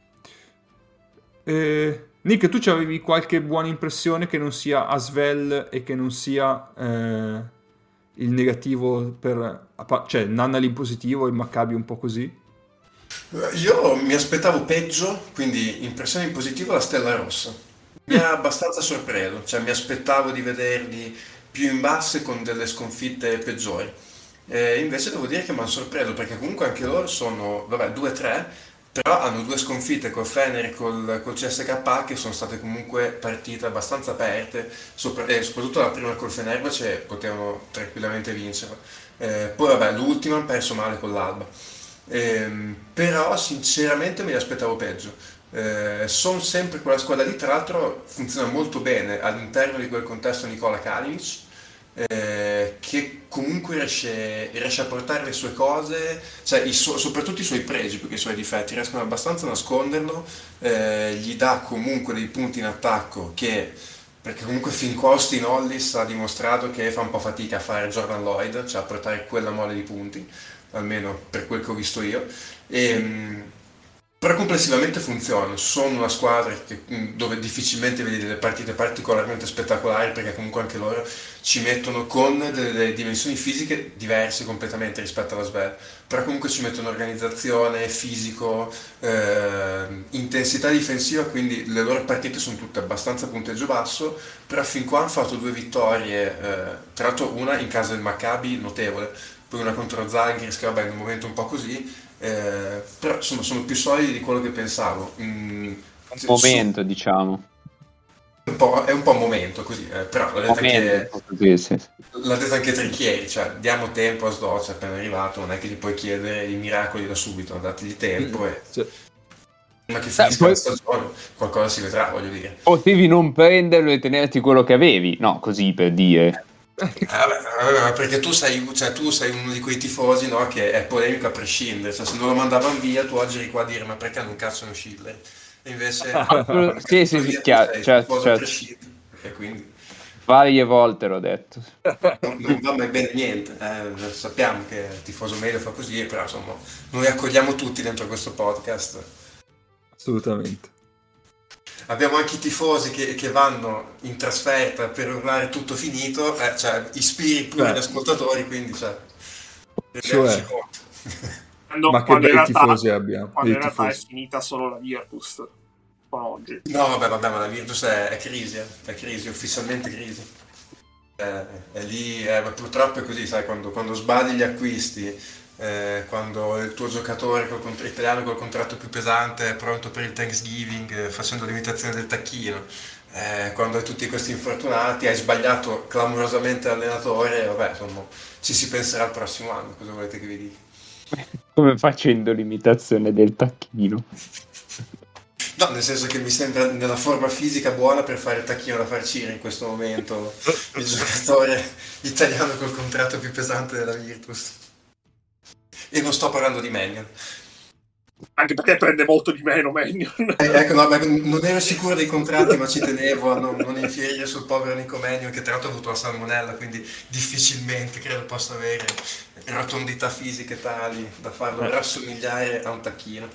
Nick, tu avevi qualche buona impressione che non sia Asvel e che non sia il negativo cioè Nannali in positivo e il Maccabi un po' così? Io mi aspettavo peggio, quindi impressione in positivo la Stella Rossa. Mi ha abbastanza sorpreso, cioè mi aspettavo di vederli più in basso e con delle sconfitte peggiori. Invece devo dire che mi hanno sorpreso perché comunque anche loro sono, vabbè, 2-3, però hanno 2 sconfitte col Fener e col CSKA che sono state comunque partite abbastanza aperte, soprattutto la prima col Fenerbahce potevano tranquillamente vincere. Poi vabbè, l'ultima hanno perso male con l'Alba. Però sinceramente me li aspettavo peggio. Sono sempre quella squadra lì, tra l'altro funziona molto bene all'interno di quel contesto Nikola Kalinic, che comunque riesce a portare le sue cose, cioè soprattutto i suoi pregi più che i suoi difetti, riescono abbastanza a nasconderlo, gli dà comunque dei punti in attacco perché comunque fin qua Austin Hollis ha dimostrato che fa un po' fatica a fare Jordan Lloyd, cioè a portare quella mole di punti, almeno per quel che ho visto io. Però complessivamente funzionano, sono una squadra dove difficilmente vedi delle partite particolarmente spettacolari perché comunque anche loro ci mettono con delle dimensioni fisiche diverse completamente rispetto alla Svel, però comunque ci mettono organizzazione, fisico, intensità difensiva, quindi le loro partite sono tutte abbastanza punteggio basso, però fin qua hanno fatto 2 vittorie, tra l'altro una in casa del Maccabi notevole, poi una contro Zalgiris che vabbè in un momento un po' così. Però insomma sono più solidi di quello che pensavo. Momento, diciamo. È un po' un momento così, però l'ha detto anche Trinchieri, cioè diamo tempo a Sdoce, appena arrivato, non è che gli puoi chiedere i miracoli da subito, dategli tempo e prima che finisca la stagione qualcosa si vedrà, voglio dire. Potevi non prenderlo e tenerti quello che avevi, no, così per dire. Perché tu sei uno di quei tifosi, no, che è polemico a prescindere, cioè se non lo mandavano via tu oggi eri qua a dire ma perché non cacciano Schiller? E invece sì, chiaro, certo. E quindi varie volte l'ho detto. non va mai bene niente, sappiamo che il tifoso medio fa così, però insomma noi accogliamo tutti dentro questo podcast. Assolutamente. Abbiamo anche i tifosi che vanno in trasferta per urlare tutto finito, cioè ispiri pure gli ascoltatori, quindi rendiamoci conto. Ma che bei tifosi abbiamo. Quando in realtà è finita solo la Virtus con oggi. No, vabbè, ma la Virtus è crisi, è crisi, ufficialmente crisi. È lì, purtroppo è così, sai, quando sbagli gli acquisti, quando il tuo giocatore italiano col contratto più pesante è pronto per il Thanksgiving facendo l'imitazione del tacchino, quando hai tutti questi infortunati, hai sbagliato clamorosamente l'allenatore, vabbè, insomma, ci si penserà al prossimo anno, cosa volete che vi dica? Come facendo l'imitazione del tacchino? No, nel senso che mi sembra nella forma fisica buona per fare il tacchino da farcire in questo momento il giocatore italiano col contratto più pesante della Virtus. E non sto parlando di Mannion. Anche perché prende molto di meno Mannion. Ecco, no, non ero sicuro dei contratti, ma ci tenevo a non infierire sul povero Nico Mannion, che tra l'altro ha avuto la salmonella, quindi difficilmente credo possa avere rotondità fisiche tali da farlo rassomigliare a un tacchino.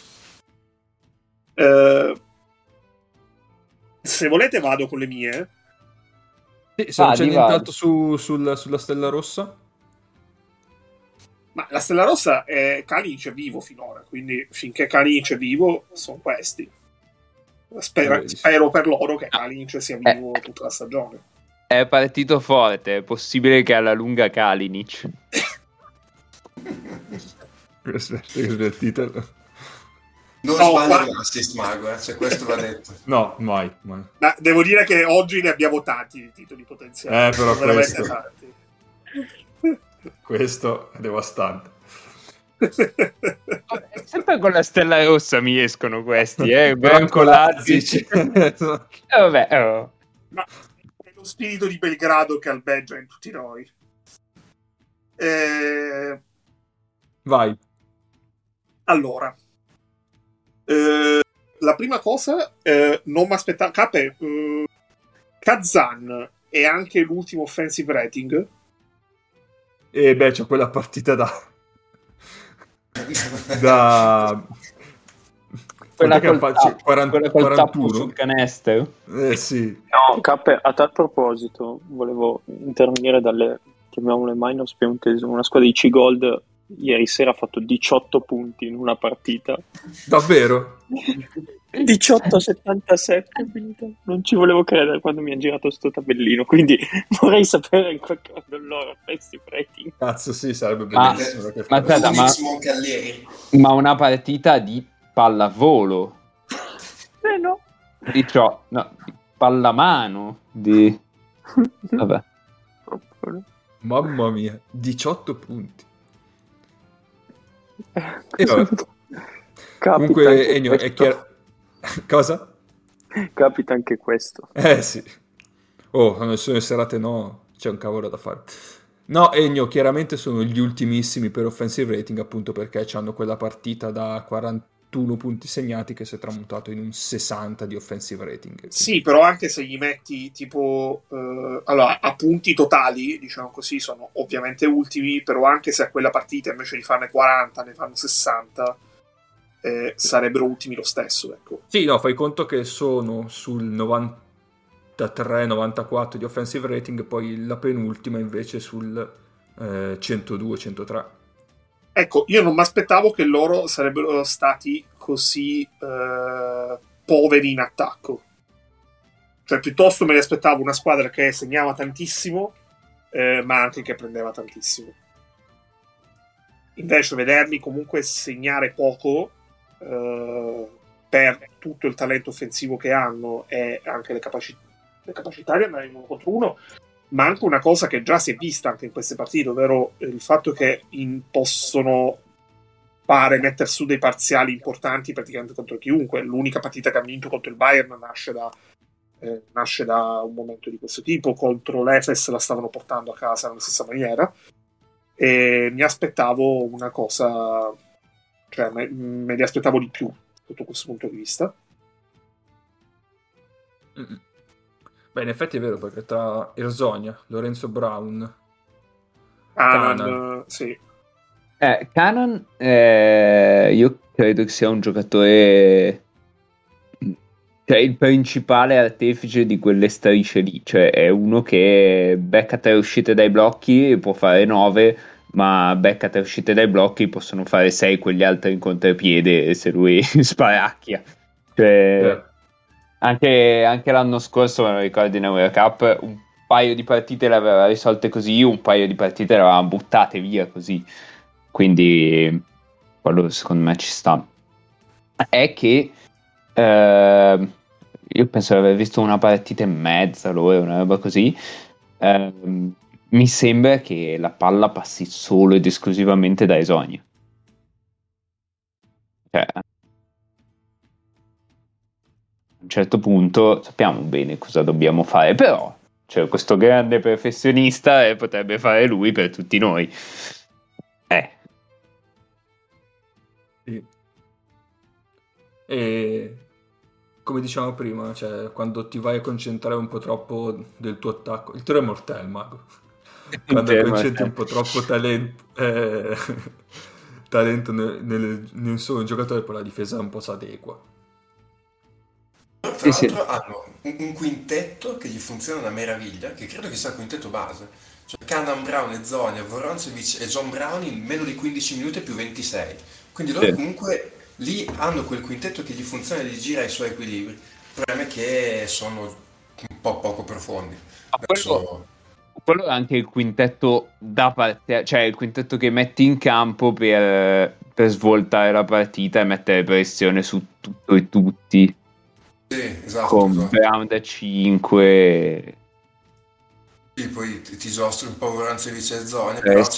Se volete vado con le mie. Sì, se non c'è nient'altro sulla Stella Rossa. Ma la Stella Rossa è Kalinic è vivo finora, quindi finché Kalinic è vivo sono questi. Spero per loro che Kalinic sia vivo tutta la stagione. È partito forte, è possibile che alla lunga Kalinic. Aspetta, il titolo. Non sbaglia l'assist mago, cioè questo va detto. No, mai. Ma devo dire che oggi ne abbiamo tanti di titoli potenziali. Però veramente tanti. Questo è devastante. Sempre con la Stella Rossa mi escono questi, Branko Lazic. Vabbè, Ma è lo spirito di Belgrado che albeggia in tutti noi. Vai. Allora, la prima cosa, non mi aspettavo. Kazan è anche l'ultimo offensive rating. E beh, c'è quella partita quella col 41 sul canestro. Sì. No, Cappe, a tal proposito volevo intervenire dalle, chiamiamole minor spiemontesi, una squadra di C-Gold ieri sera ha fatto 18 punti in una partita. Davvero? 18,77. Non ci volevo credere quando mi hanno girato sto tabellino, quindi vorrei sapere in qualche modo il loro offensive rating. Cazzo, sì, sarebbe Ma- bellissimo. che ma fosse. aspetta, Unix Moncalieri. Ma una partita di pallavolo, No. di pallamano, di... Vabbè. Mamma mia, 18 punti. E vabbè. Comunque, Ennio, è chiaro... Cosa? Capita anche questo. Sì. Oh, quando sono le serate no, c'è un cavolo da fare. No, Ennio, chiaramente sono gli ultimissimi per offensive rating, appunto perché hanno quella partita da 41 punti segnati che si è tramutato in un 60 di offensive rating. Quindi... Sì, però anche se gli metti tipo allora a punti totali, diciamo così, sono ovviamente ultimi, però anche se a quella partita invece di farne 40 ne fanno 60, sarebbero ultimi lo stesso, ecco. Sì, no, fai conto che sono sul 93-94 di offensive rating, poi la penultima invece sul 102-103. Ecco, io non mi aspettavo che loro sarebbero stati così poveri in attacco. Cioè, piuttosto me ne aspettavo una squadra che segnava tantissimo, ma anche che prendeva tantissimo. Invece vederli comunque segnare poco, per tutto il talento offensivo che hanno e anche le capacità di andare in 1-contro-1, ma anche una cosa che già si è vista anche in queste partite, ovvero il fatto che possono mettere su dei parziali importanti praticamente contro chiunque. L'unica partita che hanno vinto contro il Bayern nasce da un momento di questo tipo. Contro l'Efes la stavano portando a casa nella stessa maniera, e mi aspettavo una cosa, cioè me li aspettavo di più sotto questo punto di vista. Beh, in effetti è vero, perché tra Erzonia, Lorenzo Brown, Canan, sì. Canan, io credo che sia un giocatore, cioè il principale artefice di quelle strisce lì, cioè è uno che becca 3 uscite dai blocchi, può fare 9, ma becca 3 uscite dai blocchi, possono fare 6 quegli altri in contropiede se lui sparacchia. Cioè, anche l'anno scorso, me lo ricordo in Eurocup, un paio di partite le aveva risolte così, un paio di partite le aveva buttate via così. Quindi quello secondo me ci sta. È che io penso di aver visto una partita e mezza loro, una roba così. Mi sembra che la palla passi solo ed esclusivamente da Esonia. Cioè, a un certo punto sappiamo bene cosa dobbiamo fare, però c'è questo grande professionista e potrebbe fare lui per tutti noi. Sì. E come dicevamo prima, cioè, quando ti vai a concentrare un po' troppo del tuo attacco, il tiro è mortel, mago. Quando concentri un po' troppo talento nel un solo giocatore, poi la difesa un po' si adegua. Tra l'altro hanno un quintetto che gli funziona una meraviglia, che credo che sia il quintetto base. Cioè Canan, Brown, Ezonia, Voroncevic e John Brown in meno di 15 minuti più 26. Quindi loro comunque lì hanno quel quintetto che gli funziona e gli gira ai suoi equilibri. Il problema è che sono un po' poco profondi. Quello è anche il quintetto da parte, cioè il quintetto che metti in campo per svoltare la partita e mettere pressione su tutto e tutti. Sì, esatto. Con Brown da 5. Sì, poi ti giostri un po' Voroncevic e Zonia, però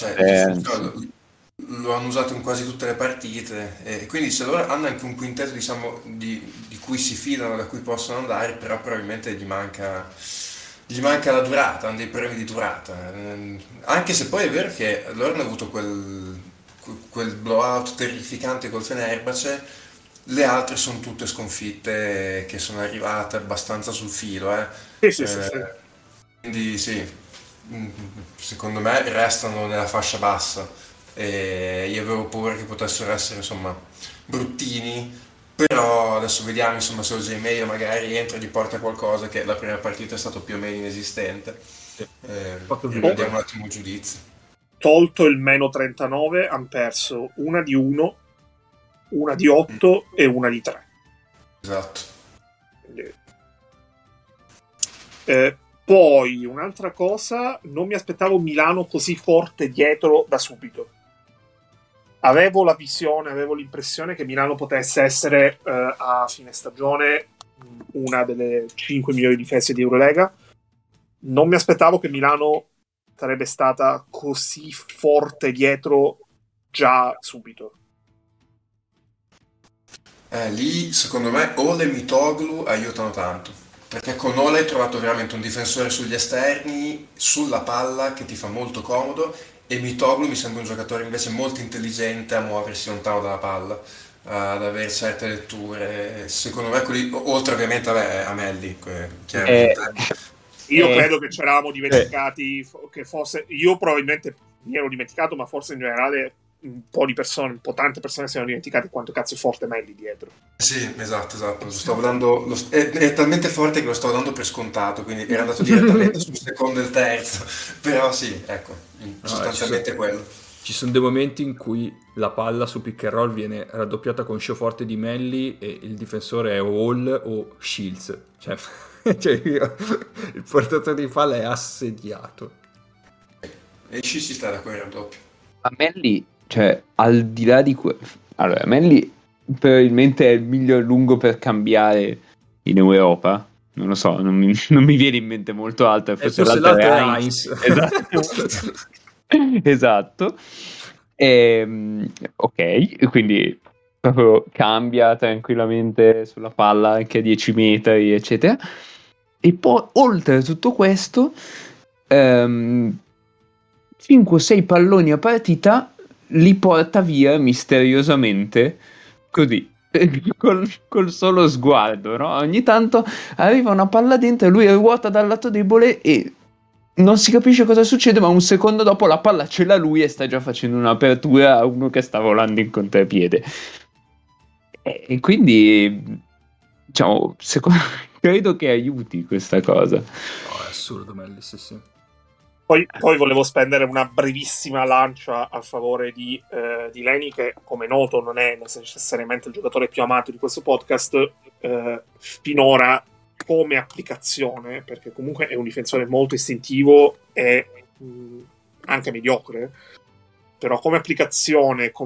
lo hanno usato in quasi tutte le partite, e quindi se loro hanno anche un quintetto, diciamo, di cui si fidano, da cui possono andare, però probabilmente gli manca la durata, hanno dei problemi di durata, anche se poi è vero che loro hanno avuto quel blowout terrificante col Fenerbahce. Le altre sono tutte sconfitte che sono arrivate abbastanza sul filo, Sì. Quindi sì, secondo me restano nella fascia bassa, e io avevo paura che potessero essere, insomma, bruttini, però adesso vediamo, insomma, se Jose Meyer magari entra e gli porta qualcosa, che la prima partita è stato più o meno inesistente. Vediamo un attimo il giudizio. Tolto il meno 39, hanno perso una di 1, una di 8 e una di 3. Esatto. Poi un'altra cosa, non mi aspettavo Milano così forte dietro da subito. Avevo la visione, avevo l'impressione che Milano potesse essere a fine stagione una delle 5 migliori difese di Eurolega. Non mi aspettavo che Milano sarebbe stata così forte dietro già subito. Lì secondo me Ole e Mitoglu aiutano tanto, perché con Ole hai trovato veramente un difensore sugli esterni, sulla palla, che ti fa molto comodo, e Mitoglu mi sembra un giocatore invece molto intelligente a muoversi lontano dalla palla, ad avere certe letture. Secondo me, oltre ovviamente a Melli, chiaramente. Io credo che ci eravamo dimenticati, che fosse, io probabilmente mi ero dimenticato, ma forse in generale un po' di persone, un po' tante persone si erano dimenticate quanto cazzo è forte Melli dietro. Sì, esatto, lo stavo dando, è talmente forte che lo stavo dando per scontato, quindi era andato direttamente sul secondo e il terzo, però sì, ecco, sostanzialmente quello. Ci sono dei momenti in cui la palla su pick and roll viene raddoppiata con show forte di Melli e il difensore è Hall o Shields, cioè il portatore di palla è assediato. E ci si sta da quel raddoppio. A Melli, cioè, al di là di allora, Melli probabilmente è il miglior lungo per cambiare in Europa. Non lo so, non mi viene in mente molto altro. Forse l'altro è Heinz. Esatto. Esatto. Ok, quindi proprio cambia tranquillamente sulla palla anche a 10 metri, eccetera. E poi, oltre a tutto questo, 5-6 palloni a partita li porta via misteriosamente, così, col solo sguardo, no? Ogni tanto arriva una palla dentro e lui ruota dal lato debole e non si capisce cosa succede, ma un secondo dopo la palla ce l'ha lui e sta già facendo un'apertura a uno che sta volando in contropiede. E quindi, diciamo, credo che aiuti questa cosa. No, è assurdo, Melli, sì. Poi volevo spendere una brevissima lancia a favore di Leni, che come noto non è necessariamente il giocatore più amato di questo podcast, finora come applicazione, perché comunque è un difensore molto istintivo e anche mediocre, però come applicazione e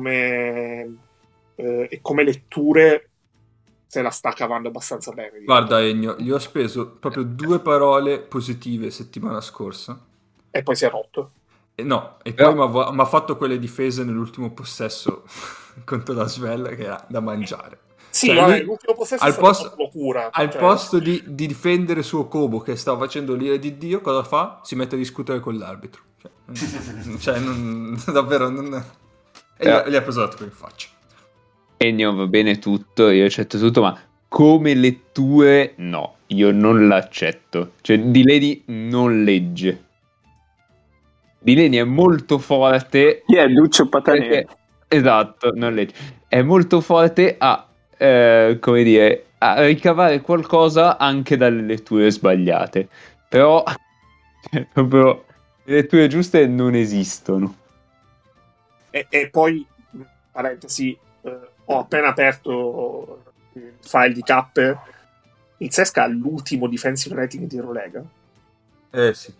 come letture se la sta cavando abbastanza bene. Guarda Ennio, gli ho speso proprio 2 parole positive settimana scorsa. E poi si è rotto. E poi mi ha fatto quelle difese nell'ultimo possesso contro la Svel che era da mangiare. Sì, cioè, vabbè, l'ultimo possesso è stata locura. Al posto di difendere suo Kobo che stava facendo l'ira di Dio, cosa fa? Si mette a discutere con l'arbitro. Davvero e gli ha preso la in faccia. Ennio, va bene tutto, io accetto tutto, ma come letture no, io non l'accetto. Cioè, Delaney non legge. Delaney è molto forte. Chi è Duccio Patanelli? Esatto, non legge. È molto forte a come dire, a ricavare qualcosa anche dalle letture sbagliate. Però proprio le letture giuste non esistono. E poi, parentesi, ho appena aperto il file di cappe. Il Sesca ha l'ultimo defensive rating di Eurolega. Sì.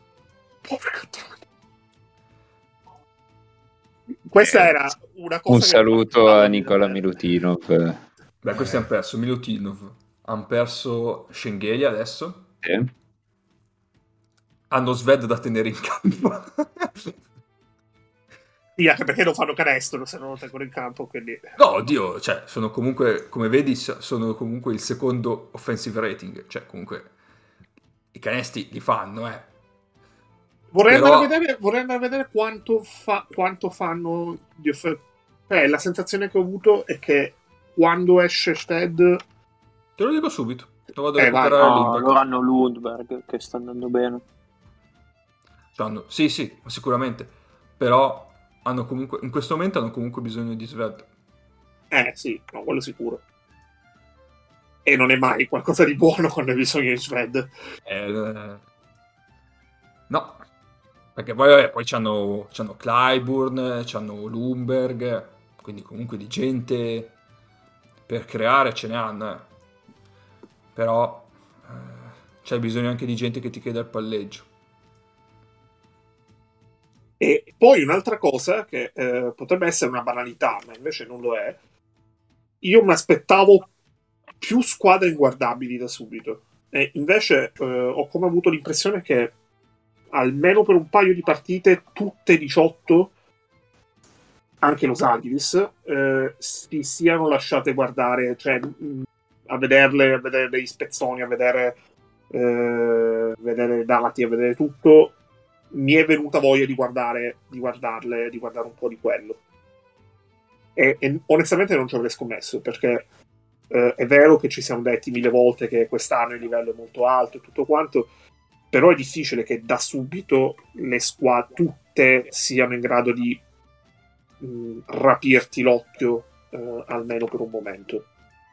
Questa era una cosa. Un saluto a Nicola Milutinov. Beh, questi hanno perso Milutinov, hanno perso Schengelia adesso. Hanno Sved da tenere in campo. Sì, anche perché non fanno canestro se non lo tengono in campo, quindi. No, oddio, cioè, sono comunque, come vedi, sono comunque il secondo offensive rating, cioè comunque i canestri li fanno, Vorrei andare a vedere quanto fanno di la sensazione che ho avuto è che quando esce Sted, te lo dico subito, lo vado a recuperare allora hanno Lundberg che sta andando bene. Sì, sicuramente, però hanno comunque, in questo momento hanno comunque bisogno di Sved. Sì, no, quello sicuro. E non è mai qualcosa di buono quando hai bisogno di Sved. No, perché poi c'hanno Clyburn, c'hanno Lundberg, quindi comunque di gente per creare ce ne hanno. però c'è bisogno anche di gente che ti chieda il palleggio. E poi un'altra cosa che potrebbe essere una banalità, ma invece non lo è, io mi aspettavo più squadre inguardabili da subito, e invece ho come avuto l'impressione che almeno per un paio di partite, tutte 18, anche Los Angeles, si siano lasciate guardare, cioè a vedere degli spezzoni, a vedere dati, a vedere tutto. Mi è venuta voglia di guardarle, di guardare un po' di quello. E onestamente non ci avrei scommesso, perché è vero che ci siamo detti 1000 volte che quest'anno il livello è molto alto e tutto quanto, però è difficile che da subito le squadre tutte siano in grado di rapirti l'occhio almeno per un momento.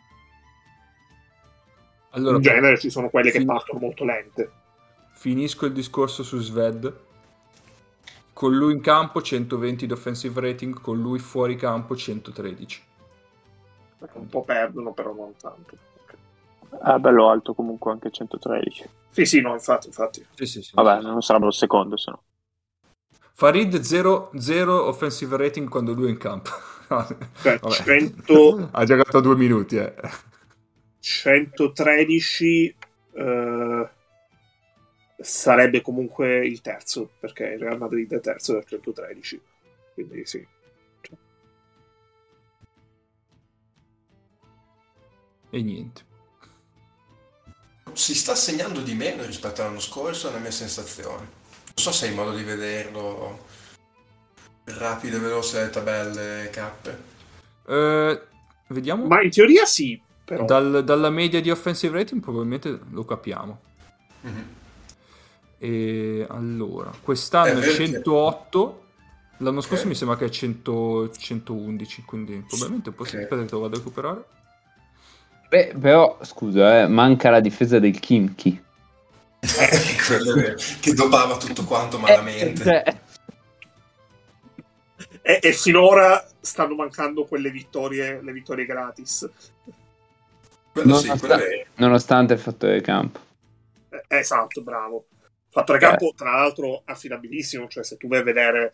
Allora, in genere ci sono quelle che partono molto lente. Finisco il discorso su Sved. Con lui in campo 120 di offensive rating, con lui fuori campo 113. Un po' perdono, però non tanto. Bello alto comunque anche 113. Sì, no, infatti. Sì. Vabbè, non sarebbe lo secondo, se no. Farid 0 offensive rating quando lui è in campo. Cioè, 100... ha giocato 2 minuti, 113 sarebbe comunque il terzo, perché il Real Madrid è terzo del 113, quindi sì. E niente. Si sta segnando di meno rispetto all'anno scorso, è la mia sensazione. Non so se hai modo di vederlo rapido e veloce le tabelle cappe. Vediamo. Ma in teoria sì, però. Dalla media di offensive rating probabilmente lo capiamo. Mm-hmm. E allora, quest'anno è 108, l'anno scorso mi sembra che è 111, quindi probabilmente è possibile. Aspetta che lo vado a recuperare. Beh, però, scusa, manca la difesa del Kimchi. Quello che dopava tutto quanto malamente. E finora stanno mancando quelle vittorie, le vittorie gratis. Nonostante il fattore campo. Esatto, bravo. Fattore campo, tra l'altro, affidabilissimo. Cioè, se tu vai a vedere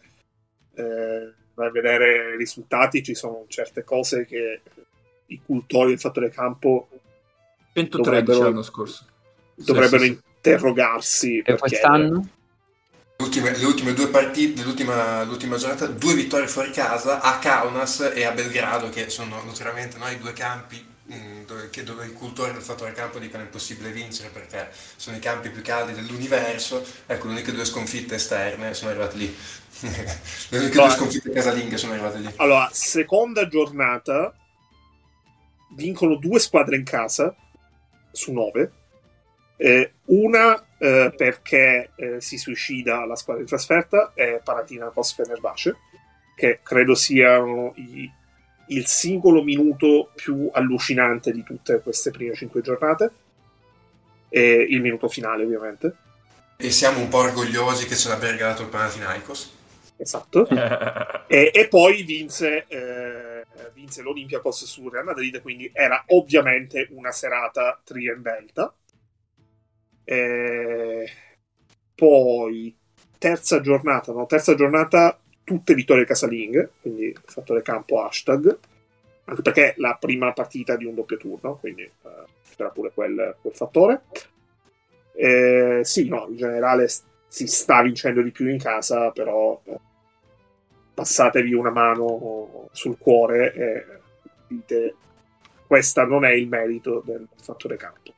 i risultati, ci sono certe cose che i cultori del fattore campo 113 l'anno scorso dovrebbero interrogarsi. E quest'anno? Le ultime due partite, l'ultima giornata, 2 vittorie fuori casa a Kaunas e a Belgrado, che sono naturalmente i due campi dove i cultori del fattore campo dicono è impossibile vincere perché sono i campi più caldi dell'universo. Ecco, le uniche 2 sconfitte esterne sono arrivate lì. Le uniche 2 sconfitte casalinghe sono arrivate lì. Allora, seconda giornata vincono 2 squadre in casa su 9. Una perché si suicida la squadra di trasferta è Panathinaikos Fenerbahce, che credo siano il singolo minuto più allucinante di tutte queste prime 5 giornate, e il minuto finale ovviamente, e siamo un po' orgogliosi che ce l'abbia regalato il Panathinaikos. Esatto. e poi vinse l'Olympiakos su Real Madrid, quindi era ovviamente una serata triendelta. Poi terza giornata tutte vittorie casalinghe, quindi fattore campo hashtag, anche perché la prima partita di un doppio turno, quindi c'era pure quel fattore. Sì, no, in generale si sta vincendo di più in casa, però passatevi una mano sul cuore e dite questa non è il merito del fattore campo.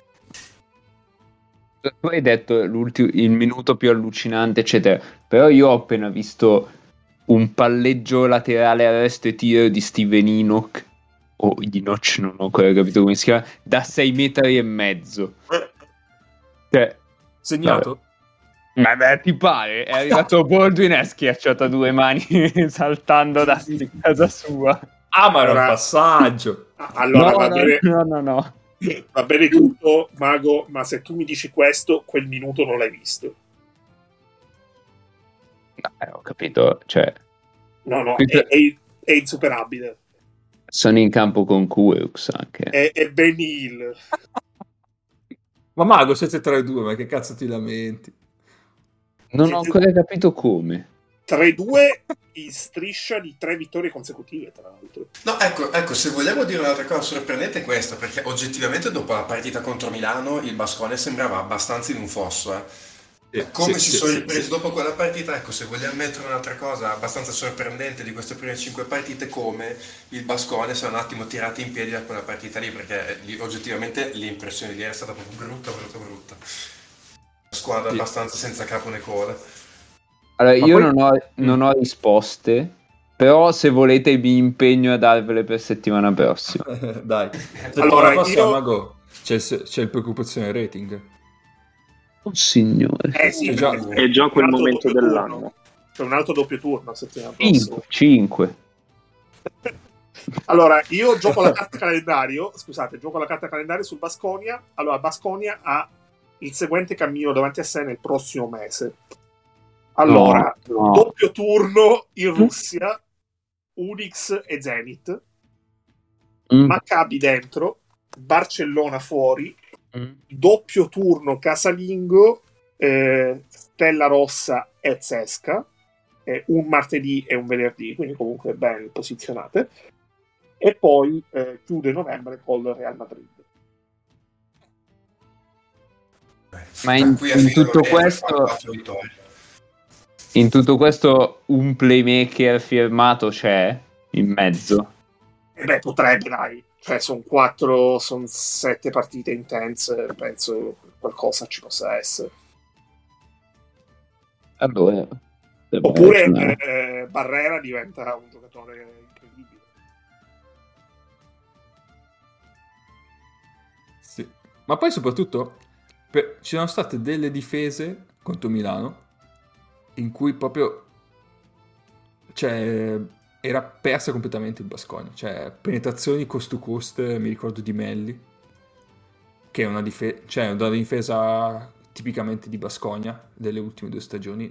Tu hai detto il minuto più allucinante, eccetera, però io ho appena visto un palleggio laterale arresto e tiro di Steven Enoch o Enoch, non ho ancora capito come si chiama, da 6,5 metri. Cioè, segnato? Ma ti pare? È arrivato Baldwin e ha schiacciato a 2 mani saltando da casa sua. Ma era un passaggio. Allora No. Va bene tutto, Mago, ma se tu mi dici questo, quel minuto non l'hai visto. Ho capito, cioè... No, è insuperabile. Sono in campo con Kueux anche. È Ben Hill. Ma Mago siete 3-2, ma che cazzo ti lamenti? Non ho ancora capito come. 3-2 in striscia di 3 vittorie consecutive, tra l'altro. No, ecco, se vogliamo dire un'altra cosa sorprendente è questa, perché oggettivamente dopo la partita contro Milano il Baskonia sembrava abbastanza in un fosso, Come si sono ripresi dopo quella partita, ecco, se vogliamo mettere un'altra cosa abbastanza sorprendente di queste prime 5 partite, come il Baskonia si è un attimo tirato in piedi da quella partita lì, perché oggettivamente l'impressione di ieri è stata proprio brutta. Squadra abbastanza senza capo né coda. Allora, Ma io poi- non ho risposte, però se volete mi impegno a darvele per settimana prossima. Dai. Allora, La prossima, io- Mago, c'è il preoccupazione rating. Oh signore. Sì, È già- perché è già quel un altro momento doppio dell'anno. turno. C'è un altro doppio turno la settimana prossima. 5. Allora, io gioco la carta calendario. Scusate, gioco la carta calendario sul Baskonia. Allora, Baskonia ha il seguente cammino davanti a sé nel prossimo mese. Allora, No. doppio turno in Russia, Unix e Zenit, Maccabi dentro, Barcellona fuori, doppio turno casalingo, Stella Rossa e Zesca, un martedì e un venerdì, quindi comunque ben posizionate, e poi chiude novembre col Real Madrid. Ma in tutto questo, in tutto questo un playmaker firmato c'è in mezzo? Beh, potrebbe, dai. Cioè, sono 7 partite intense, penso qualcosa ci possa essere. Allora, Oppure Barrera diventa un giocatore incredibile. Sì. Ma poi soprattutto ci sono state delle difese contro Milano in cui proprio era persa completamente il Baskonia, cioè penetrazioni cost to cost, mi ricordo di Melli, che è una difesa tipicamente di Baskonia delle ultime 2 stagioni,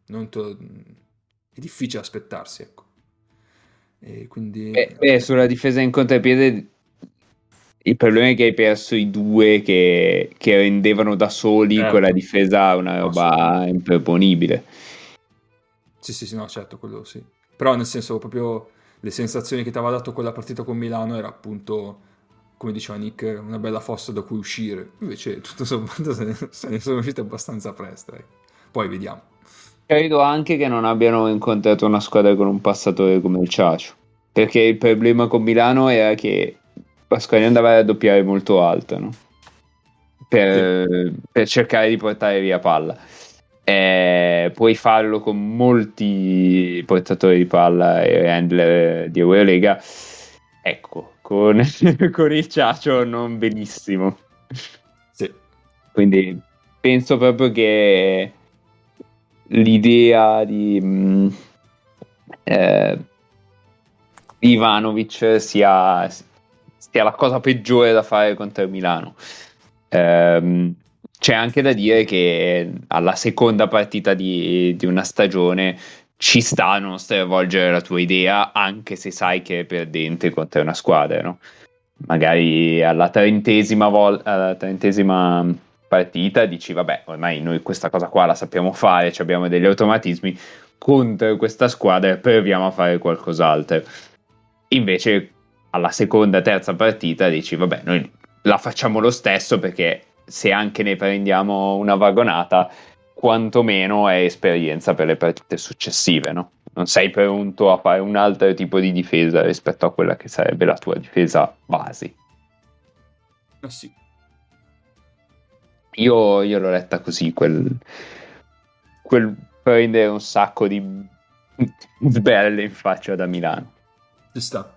è difficile aspettarsi, ecco. E quindi sulla difesa in contropiede il problema è che hai perso i 2 che rendevano da soli quella difesa una roba improponibile. Sì, no, certo, quello sì. Però nel senso proprio le sensazioni che ti aveva dato quella partita con Milano era appunto, come diceva Nick, una bella fossa da cui uscire. Invece tutto sommato se ne sono uscite abbastanza presto. Poi vediamo. Credo anche che non abbiano incontrato una squadra con un passatore come il Ciacio, perché il problema con Milano era che Baskonia andava a raddoppiare molto alto, no? Per cercare di portare via palla. Puoi farlo con molti portatori di palla e handler di Eurolega, ecco, con il Ciacio non benissimo. Sì. Quindi penso proprio che l'idea di Ivanovic sia la cosa peggiore da fare contro il Milano. C'è anche da dire che alla seconda partita di una stagione ci sta a non stravolgere la tua idea, anche se sai che è perdente contro una squadra, no? Magari alla 30ª partita dici vabbè, ormai noi questa cosa qua la sappiamo fare, abbiamo degli automatismi, contro questa squadra proviamo a fare qualcos'altro. Invece alla seconda, terza partita dici vabbè, noi la facciamo lo stesso, perché se anche ne prendiamo una vagonata, quantomeno è esperienza per le partite successive, no? Non sei pronto a fare un altro tipo di difesa rispetto a quella che sarebbe la tua difesa base. Sì. Io l'ho letta così, quel prendere un sacco di sberle in faccia da Milano. Ci sta.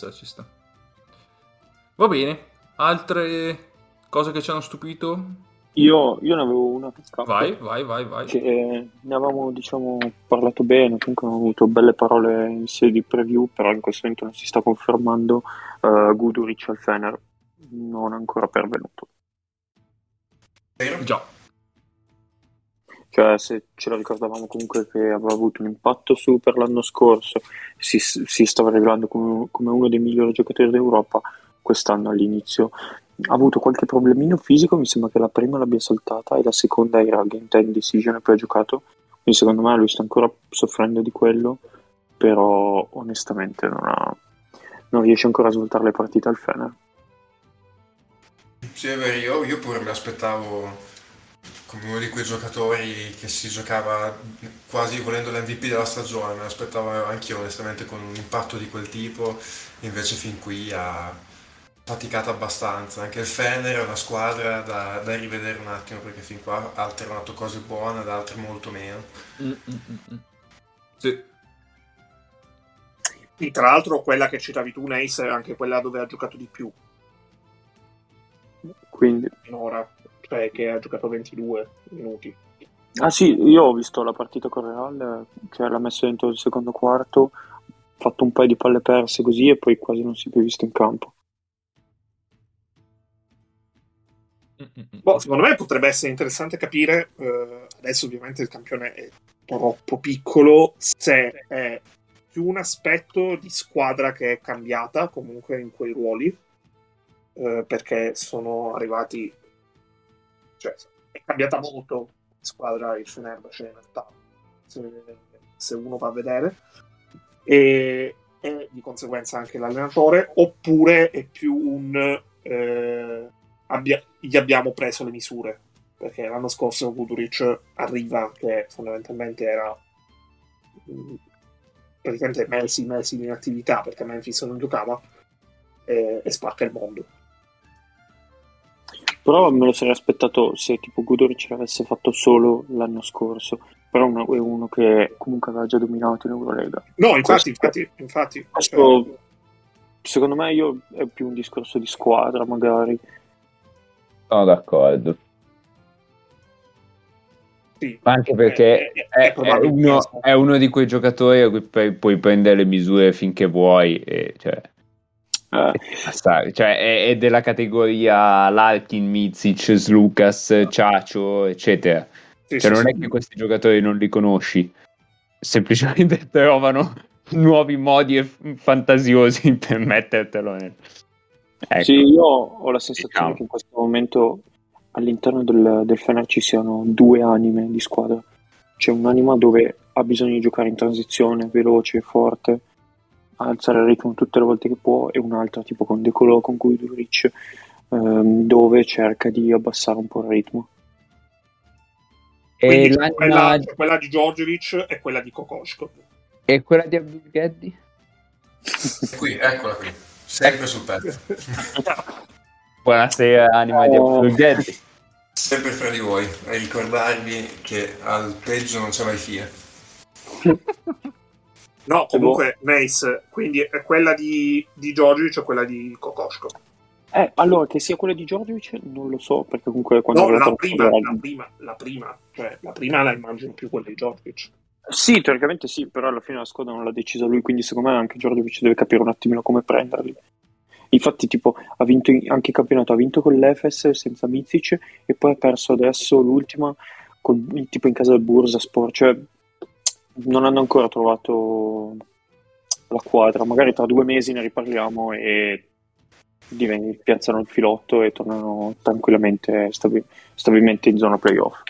Va bene, altre cose che ci hanno stupito? Io ne avevo una che scappa. Vai. Che ne avevamo, parlato bene, comunque abbiamo avuto belle parole in sede di preview, però in questo momento non si sta confermando. Guduric al Fener non è ancora pervenuto. Già. Cioè, se ce lo ricordavamo comunque che aveva avuto un impatto per l'anno scorso, si stava rivelando come uno dei migliori giocatori d'Europa, quest'anno all'inizio ha avuto qualche problemino fisico, mi sembra che la prima l'abbia saltata e la seconda era game time decision e poi ha giocato, quindi secondo me lui sta ancora soffrendo di quello, però onestamente non riesce ancora a svoltare le partite al Fener. Sì, è vero, io pure mi aspettavo come uno di quei giocatori che si giocava quasi volendo l'MVP della stagione, me l'aspettavo anch'io onestamente con un impatto di quel tipo, invece fin qui ha faticato abbastanza. Anche il Fener è una squadra da rivedere un attimo perché fin qua ha alternato cose buone ad altre molto meno. Sì. E tra l'altro quella che citavi tu, Neis, è anche quella dove ha giocato di più Quindi finora, cioè che ha giocato 22 minuti. ah sì, io ho visto la partita con Real, cioè l'ha messo dentro il secondo quarto, fatto un paio di palle perse così e poi quasi non si è più visto in campo. Boh, secondo me potrebbe essere interessante capire, adesso ovviamente il campione è troppo piccolo, se è più un aspetto di squadra che è cambiata comunque in quei ruoli, perché sono arrivati, cioè è cambiata molto la squadra il Fenerbahce in realtà, se uno va a vedere, e di conseguenza anche l'allenatore, oppure è più un gli abbiamo preso le misure, perché l'anno scorso Guduric arriva che fondamentalmente era praticamente mesi in attività perché Memphis non giocava, e spacca il mondo. Però me lo sarei aspettato se tipo Guduric l'avesse fatto solo l'anno scorso, però è uno che comunque aveva già dominato in Eurolega. No, infatti questo, secondo me è più un discorso di squadra magari. Sono d'accordo. Sì, Ma anche perché è uno di quei giocatori a cui puoi prendere le misure finché vuoi, e, cioè è della categoria Larkin, Mizic, Slukas, Ciacio, eccetera. Non è che questi giocatori non li conosci, semplicemente trovano nuovi modi fantasiosi per mettertelo nel... Ecco. Sì, io ho la sensazione che in questo momento all'interno del Fener ci siano due anime di squadra. C'è un'anima dove ha bisogno di giocare in transizione, veloce, forte, alzare il ritmo tutte le volte che può, e un'altra tipo con De Colo, con Guduric, dove cerca di abbassare un po' il ritmo. Quindi quella di Djordjevic e quella di Kokoškov. E quella di Abdul-Gedi? Qui, eccola qui, sempre sul pezzo. Buonasera, anima di Abdul-Gedi. Sempre fra di voi, e ricordarvi che al peggio non c'è mai fine. No, comunque, Neis, quindi è quella di Djordjevic o quella di Kokoškov? Allora, che sia quella di Djordjevic non lo so, perché comunque quando no, la prima, cioè la prima la immagino più quella di Djordjevic. Sì, teoricamente sì, però alla fine la squadra non l'ha decisa lui, quindi secondo me anche Djordjevic deve capire un attimino come prenderli. Infatti, tipo, ha vinto anche il campionato, ha vinto con l'Efes senza Mizic e poi ha perso adesso l'ultima tipo in casa del Bursaspor, cioè non hanno ancora trovato la quadra. Magari tra 2 mesi ne riparliamo e piazzano il filotto e tornano tranquillamente, stabilmente in zona playoff.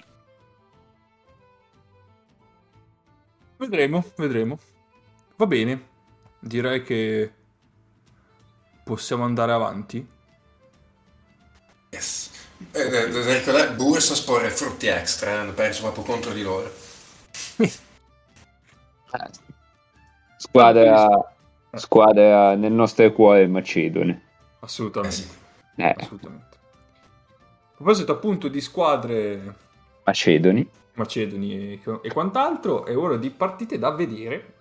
Vedremo. Va bene, direi che possiamo andare avanti. Yes. Ricordate, Bursaspor e Frutti Extra hanno perso proprio contro di loro. Squadra nel nostro cuore macedone. Assolutamente. Sì. Assolutamente. A proposito appunto di squadre macedoni e quant'altro, è ora di partite da vedere.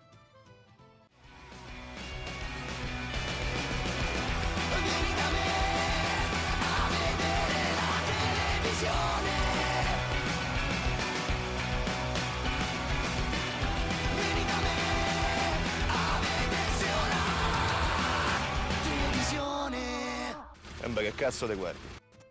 Che cazzo le guardi?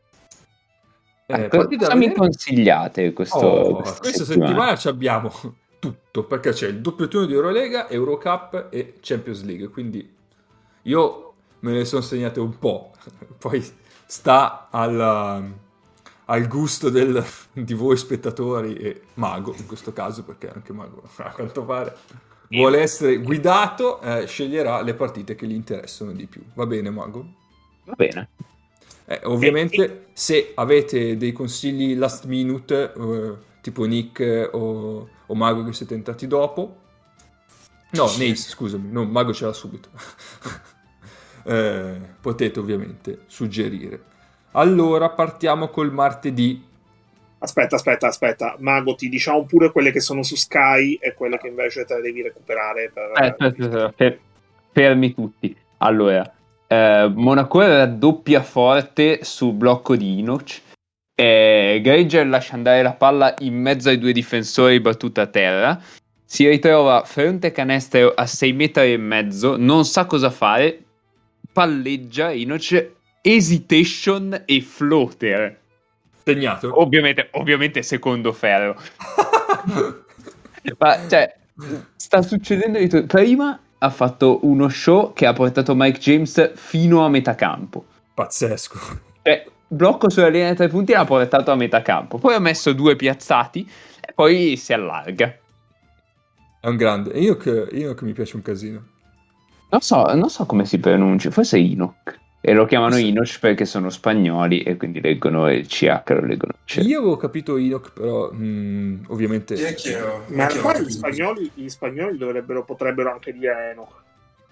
Cosa mi consigliate questa settimana ci abbiamo tutto, perché c'è il doppio turno di Eurolega, Eurocup e Champions League, quindi io me ne sono segnate un po', poi sta al gusto di voi spettatori e Mago, in questo caso, perché anche Mago, a quanto pare, vuole essere guidato, sceglierà le partite che gli interessano di più. Va bene, Mago? Va bene. Ovviamente, se avete dei consigli last minute, tipo Nick o Mago che siete entrati dopo... No, Nace, scusami, no, Mago ce l'ha subito. Potete ovviamente suggerire. Allora, partiamo col martedì. Aspetta. Mago, ti diciamo pure quelle che sono su Sky e quelle che invece te le devi recuperare. Fermi tutti. Allora, Monaco raddoppia forte sul blocco di Inoch. Granger lascia andare la palla in mezzo ai due difensori battuta a terra. Si ritrova fronte canestro a 6,5 metri, non sa cosa fare, palleggia Inoch, hesitation e floater. Segnato? Ovviamente secondo ferro. Ma cioè, sta succedendo di tutto. Prima ha fatto uno show che ha portato Mike James fino a metà campo. Pazzesco. Cioè, blocco sulla linea dei 3 punti l'ha portato a metà campo. Poi ha messo 2 piazzati e poi si allarga. È un grande. Enoch mi piace un casino. Non so come si pronuncia, forse Enoch. E lo chiamano Inoch perché sono spagnoli e quindi leggono il CH, lo leggono il C. Io avevo capito Enoch, però ovviamente... Ma qua gli spagnoli potrebbero anche dire Enoch.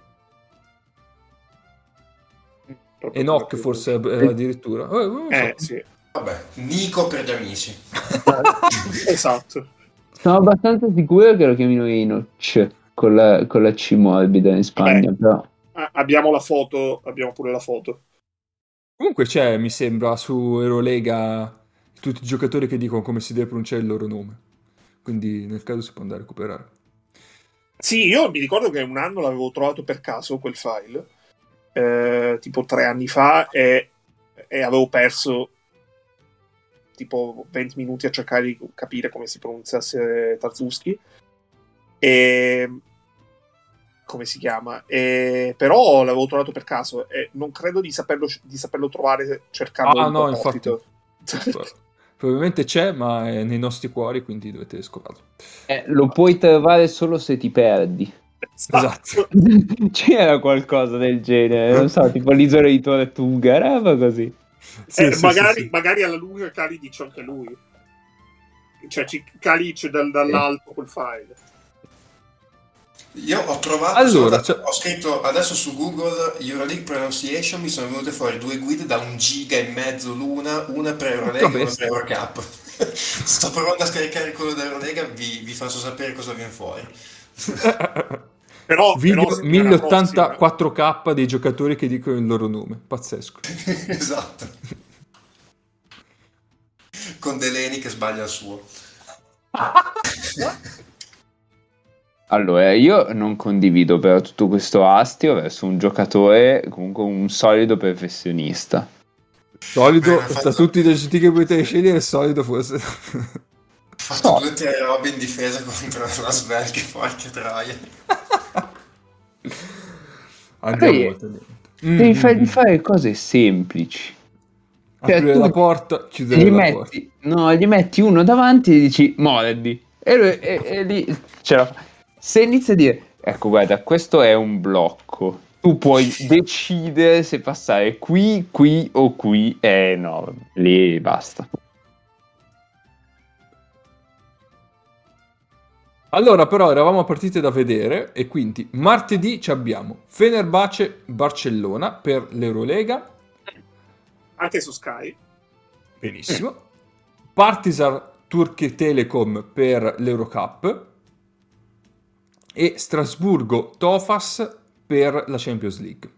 Enoch forse addirittura. Sì. Vabbè, Nico per gli amici. Esatto. Sono abbastanza sicuro che lo chiamino Enoch con la C morbida in Spagna. Vabbè, però. Abbiamo pure la foto. Comunque c'è, mi sembra, su Eurolega tutti i giocatori che dicono come si deve pronunciare il loro nome. Quindi nel caso si può andare a recuperare. Sì, io mi ricordo che un anno l'avevo trovato per caso quel file, tipo 3 anni fa, e avevo perso tipo 20 minuti a cercare di capire come si pronunciasse Tarzuski. E... come si chiama? Però l'avevo trovato per caso e non credo di saperlo trovare cercando un no, infatti. Probabilmente c'è, ma è nei nostri cuori, quindi dovete scovarlo. Lo puoi trovare solo se ti perdi. Esatto. C'era qualcosa del genere, non so, tipo l'isola di Tortuga, roba così. Sì. Magari alla lunga Cali dice anche lui. Cioè Cali dall'alto quel file. Io ho trovato, allora, ho scritto adesso su Google Euroleague Pronunciation, mi sono venute fuori 2 guide da 1,5 giga una per Eurolega e una per Eurocup. Sto provando a scaricare quello da Eurolega, vi faccio sapere cosa viene fuori. Però 1084k dei giocatori che dicono il loro nome, pazzesco. Esatto. Con Delaney che sbaglia il suo. Allora, io non condivido però tutto questo astio verso un giocatore, comunque un solido professionista. Solido, sta tutti i GT che potete scegliere, solido forse. Ha fatto 2 3 robe in difesa contro la Svel, che porca troia. Andiamo. Devi fare cose semplici. Aprire la porta, chiudere la porta. No, gli metti uno davanti e dici mordi. E lì ce la fa. Se inizi a dire, ecco guarda, questo è un blocco, tu puoi decidere se passare qui o qui, no, lì basta. Allora però eravamo a partite da vedere e quindi martedì ci abbiamo Fenerbahce Barcellona per l'Eurolega. Anche su Sky. Benissimo. Partizan Turchi Telecom per l'Eurocup. E Strasburgo Tofas per la Champions League.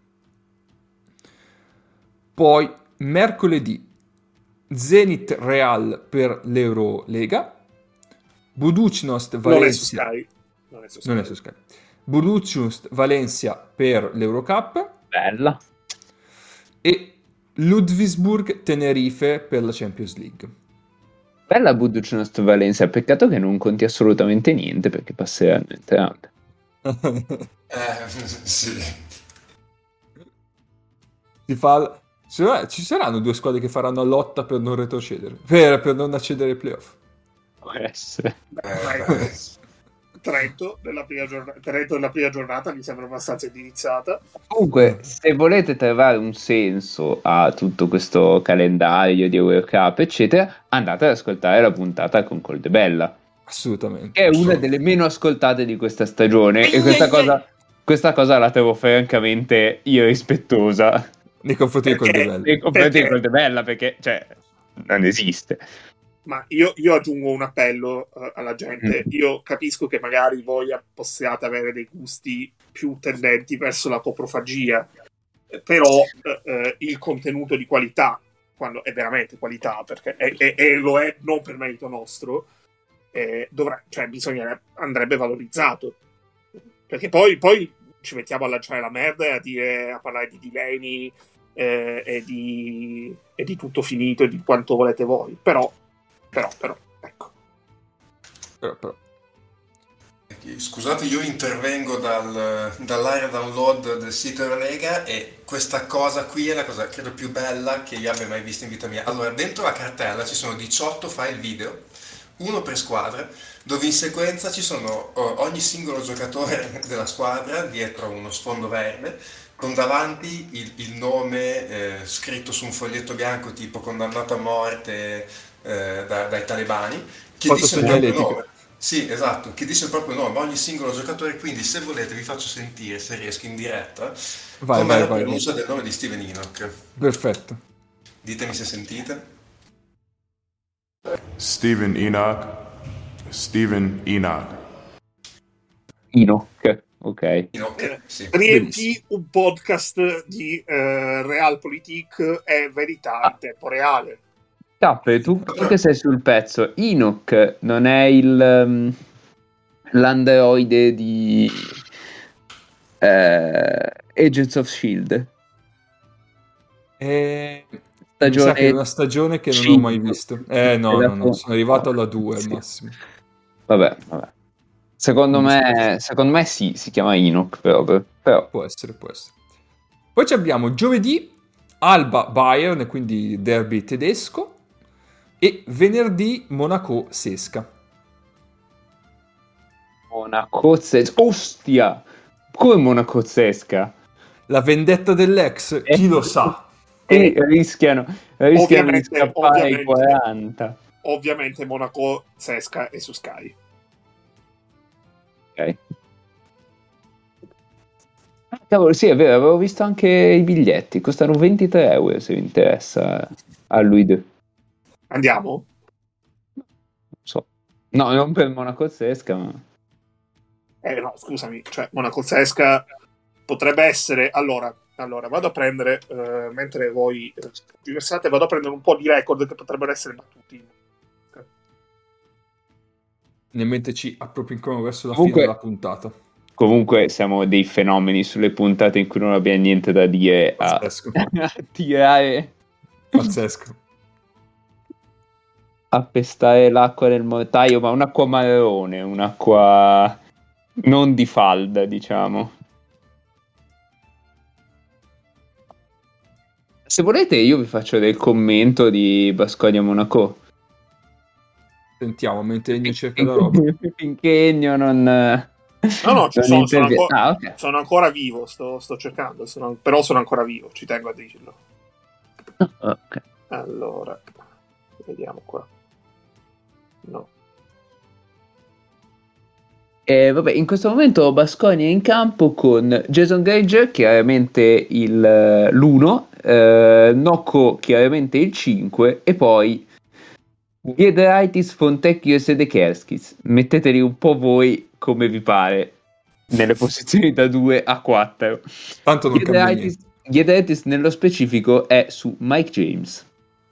Poi mercoledì Zenit Real per l'Eurolega, Budućnost Valencia non è su Sky. Budućnost Valencia per l'Eurocup. Bella. E Ludwigsburg Tenerife per la Champions League. Bella Budućnost Valencia, peccato che non conti assolutamente niente perché passeranno entrambe. Sì. Si fa Ci saranno due squadre che faranno lotta per non retrocedere, per non accedere ai playoff. Può essere. Trento nella prima giornata mi sembra abbastanza indirizzata. Comunque, se volete trovare un senso a tutto questo calendario di Eurocup, eccetera, andate ad ascoltare la puntata con Coldebella, Assolutamente. che è una delle meno ascoltate di questa stagione, e questa cosa la trovo francamente irrispettosa Nei confronti di Coldebella. nei confronti di Coldebella, perché cioè non esiste. Ma io aggiungo un appello alla gente. Io capisco che magari voi possiate avere dei gusti più tendenti verso la coprofagia, però il contenuto di qualità, quando è veramente qualità, perché lo è non per merito nostro, andrebbe valorizzato. Perché poi ci mettiamo a lanciare la merda e a parlare di Delaney e di tutto finito e di quanto volete voi. Però, ecco. Però. Scusate, io intervengo dall'area download del sito Eurolega, e questa cosa qui è la cosa credo più bella che io abbia mai visto in vita mia. Allora, dentro la cartella ci sono 18 file video, uno per squadra, dove in sequenza ci sono ogni singolo giocatore della squadra dietro uno sfondo verde, con davanti il nome scritto su un foglietto bianco tipo condannato a morte dai talebani, che dice il proprio nome. Sì, esatto, che dice il proprio nome, ogni singolo giocatore. Quindi se volete vi faccio sentire, se riesco in diretta, com'è la pronuncia del nome di Steven Enoch. Perfetto. Ditemi se sentite. Steven Enoch. Enoch, ok. Enoch, sì. Riempi un podcast di Realpolitik e verità in tempo reale. Cappe, tu che sei sul pezzo, Enoch non è l'androide di Agents of S.H.I.E.L.D.? Mi sa che è una stagione che non ho mai visto. No, sono arrivato alla 2 al massimo. Vabbè. Secondo me sì, si chiama Enoch, però. Può essere. Poi abbiamo giovedì Alba-Bayern, quindi derby tedesco, e venerdì Monaco-Sesca. Monaco-Sesca? Ostia! Come Monaco-Sesca? La vendetta dell'ex? Chi lo sa? Rischiano di scappare ai 40. Ovviamente Monaco-Sesca è su Sky. Ok. Cavolo, sì, è vero, avevo visto anche i biglietti, costano 23 euro se vi interessa a lui. Andiamo? Non so. No, non per Monaco-Sesca, ma... No, scusami, cioè Monaco-Sesca potrebbe essere... Allora, vado a prendere, mentre voi diversate, vado a prendere un po' di record che potrebbero essere battuti. Mentre ci appropinquiamo verso la fine della puntata. Comunque siamo dei fenomeni sulle puntate in cui non abbiamo niente da dire a tirare... Pazzesco. A pestare l'acqua nel mortaio, ma un'acqua marrone, un'acqua non di falda, diciamo. Se volete io vi faccio del commento di Baskonia Monaco. Sentiamo, mentre Ennio cerca la roba. Finché Ennio non... No, sono ancora vivo, sto cercando, però sono ancora vivo, ci tengo a dirlo. Ok. Allora, vediamo qua. No. Vabbè, in questo momento Baskonia è in campo con Jason Granger, chiaramente l'1, Nocco chiaramente il 5, e poi Giedraitis, Fontecchio e Sedekerskis. Metteteli un po' voi come vi pare nelle posizioni da 2 a 4. Tanto non cambia niente. Giedraitis nello specifico è su Mike James.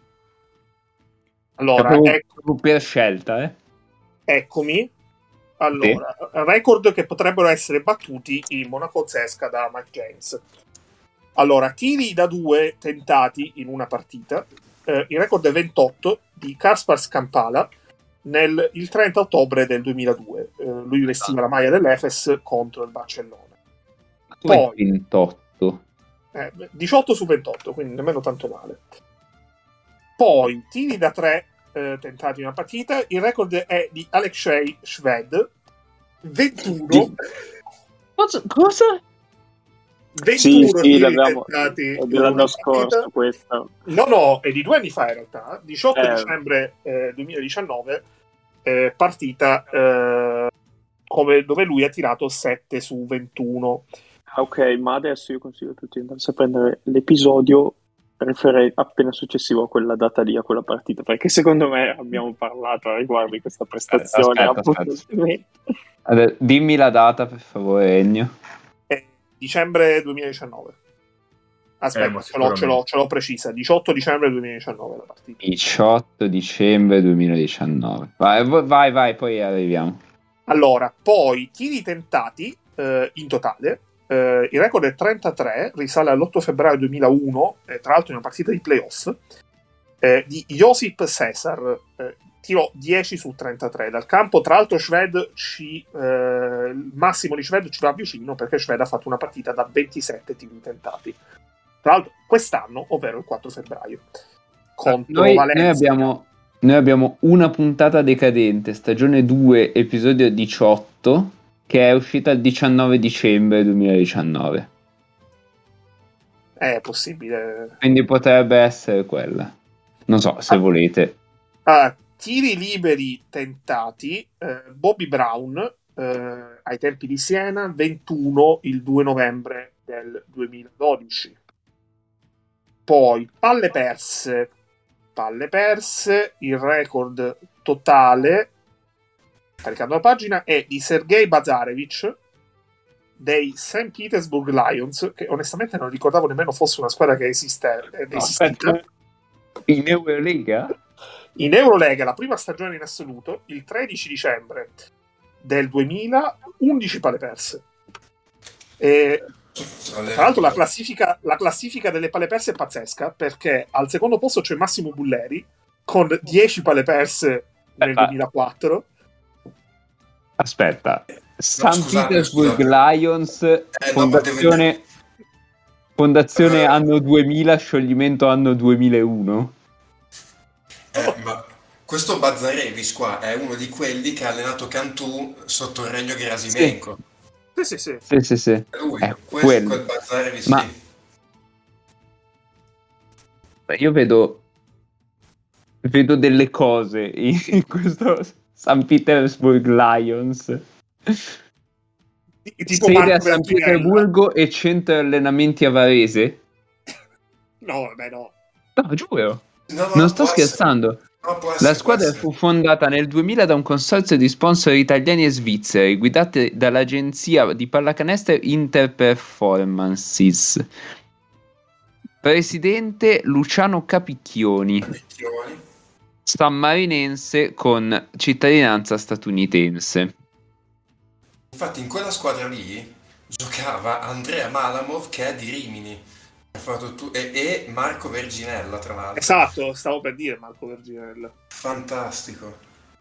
Allora, proprio per scelta, Eccomi. Allora, record che potrebbero essere battuti in Monaco-Zesca da Mike James. Allora, tiri da 2 tentati in una partita. Il record è 28 di Kaspars Kampala il 30 ottobre del 2002. Lui vestiva la maglia dell'Efes contro il Barcellona. Poi 28. 18 su 28, quindi nemmeno tanto male. Poi tiri da 3 tentati in una partita. Il record è di Alexei Shved, 21. Cosa? 21 sì, tiri l'abbiamo tentati in dell'anno una scorso partita. questa. No, è di 2 anni fa in realtà, 18 dicembre 2019, partita dove lui ha tirato 7 su 21. Ok, ma adesso io consiglio a tutti di andarsi a prendere l'episodio appena successivo a quella data lì, a quella partita, perché secondo me abbiamo parlato a riguardo di questa prestazione. Aspetta. Dimmi la data, per favore, Ennio. Dicembre 2019. Aspetta, ce l'ho precisa. 18 dicembre 2019 la partita. 18 dicembre 2019. Vai, poi arriviamo. Allora, poi tiri tentati in totale. Il record è 33, risale all'8 febbraio 2001, tra l'altro in una partita di playoff, di Josip Cesar. Tirò 10 su 33 dal campo. Tra l'altro il massimo di Shved ci va vicino, perché Shved ha fatto una partita da 27 tiri tentati. Tra l'altro quest'anno, ovvero il 4 febbraio. Contro Valencia. Noi abbiamo una puntata decadente, stagione 2, episodio 18, che è uscita il 19 dicembre 2019. È possibile. Quindi potrebbe essere quella. Non so, se volete. Tiri liberi tentati, Bobby Brown ai tempi di Siena, 21 il 2 novembre del 2012. Poi palle perse, il record totale, caricando la pagina, è di Sergei Bazarevic dei St. Petersburg Lions, che onestamente non ricordavo nemmeno fosse una squadra che esisteva. In Eurolega? In Eurolega, la prima stagione in assoluto, il 13 dicembre del 2000, 11 palle perse. Tra l'altro la classifica delle palle perse è pazzesca, perché al secondo posto c'è Massimo Bulleri con 10 palle perse nel 2004. Aspetta, St. Petersburg Lions, fondazione anno 2000, scioglimento anno 2001. Ma questo Bazzarevic qua è uno di quelli che ha allenato Cantù sotto il regno Gerasimenko. Sì. È lui, quel Bazzarevic. Ma io vedo delle cose in questo St. Petersburg Lions. Tipo sede a San Pietroburgo e centro allenamenti a Varese? No, vabbè, no. No, giuro. Non sto scherzando. La squadra fu fondata nel 2000 da un consorzio di sponsor italiani e svizzeri, guidate dall'agenzia di pallacanestro Interperformances. Presidente Luciano Capicchioni. Sammarinense con cittadinanza statunitense. Infatti in quella squadra lì giocava Andrea Malamov, che è di Rimini, e Marco Verginella, tra l'altro. Esatto, stavo per dire Marco Verginella. Fantastico.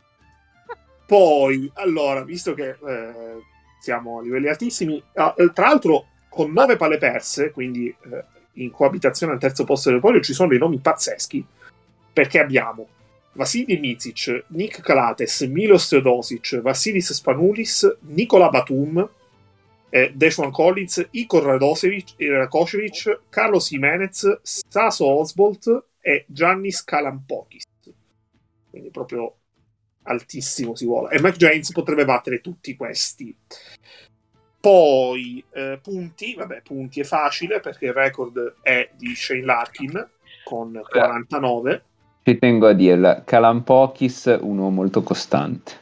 Poi, allora, visto che siamo a livelli altissimi, tra l'altro con 9 palle perse, quindi in coabitazione al terzo posto del podio, ci sono dei nomi pazzeschi, perché abbiamo Vasilij Micic, Nick Calates, Milos Teodosic, Vassilis Spanoulis, Nikola Batum, Deshaun Collins, Igor Rakocevic, Carlos Jimenez, Saso Osbolt e Giannis Kalampokis. Quindi proprio altissimo si vuole. E Mike James potrebbe battere tutti questi. Poi punti è facile, perché il record è di Shane Larkin con 49. Ci tengo a dirla, Kalampokis uno molto costante.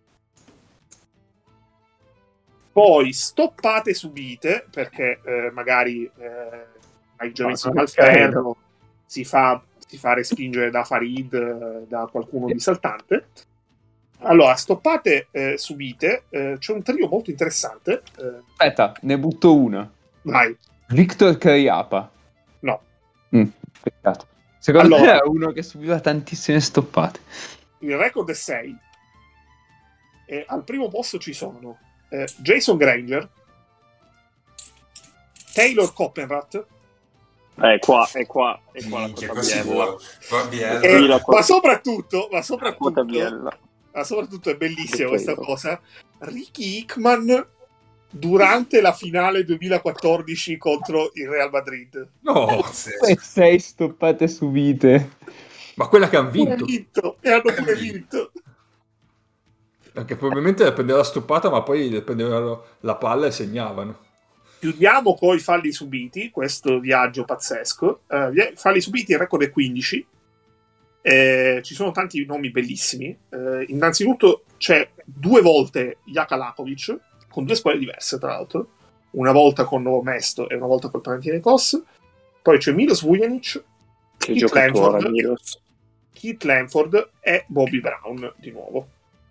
Poi stoppate subite, perché magari Mike James al ferro si fa respingere da Farid, da qualcuno di saltante. Allora, stoppate subite, c'è un trio molto interessante. Aspetta, ne butto una. Vai. Victor Cariapa. No. Peccato. Secondo me è uno che subiva tantissime stoppate. Il record è 6. E al primo posto ci sono Jason Granger, Taylor Coppenrath, Qua la Minchia, cosa qua si biella. vuole. Qua Biella. Sì, la Ma soprattutto La quota biella. è bellissima Detto questa io. cosa. Ricky Hickman durante la finale 2014 contro il Real Madrid. No, Pazzesco. 6 stoppate subite. ma quella che hanno Pure vinto. vinto, e hanno pure vinto. Perché probabilmente le prendeva la stoppata, ma poi le prendevano la palla e segnavano. Chiudiamo con i falli subiti, questo viaggio pazzesco. Falli subiti, il record è 15. Ci sono tanti nomi bellissimi. Innanzitutto c'è 2 volte Jaka Lakovic, con 2 squadre diverse, tra l'altro. Una volta con Novo Mesto e una volta col Panathinaikos. Poi c'è Milos Vujanic, Che giocatore, Milos. Keith Lanford e Bobby Brown di nuovo.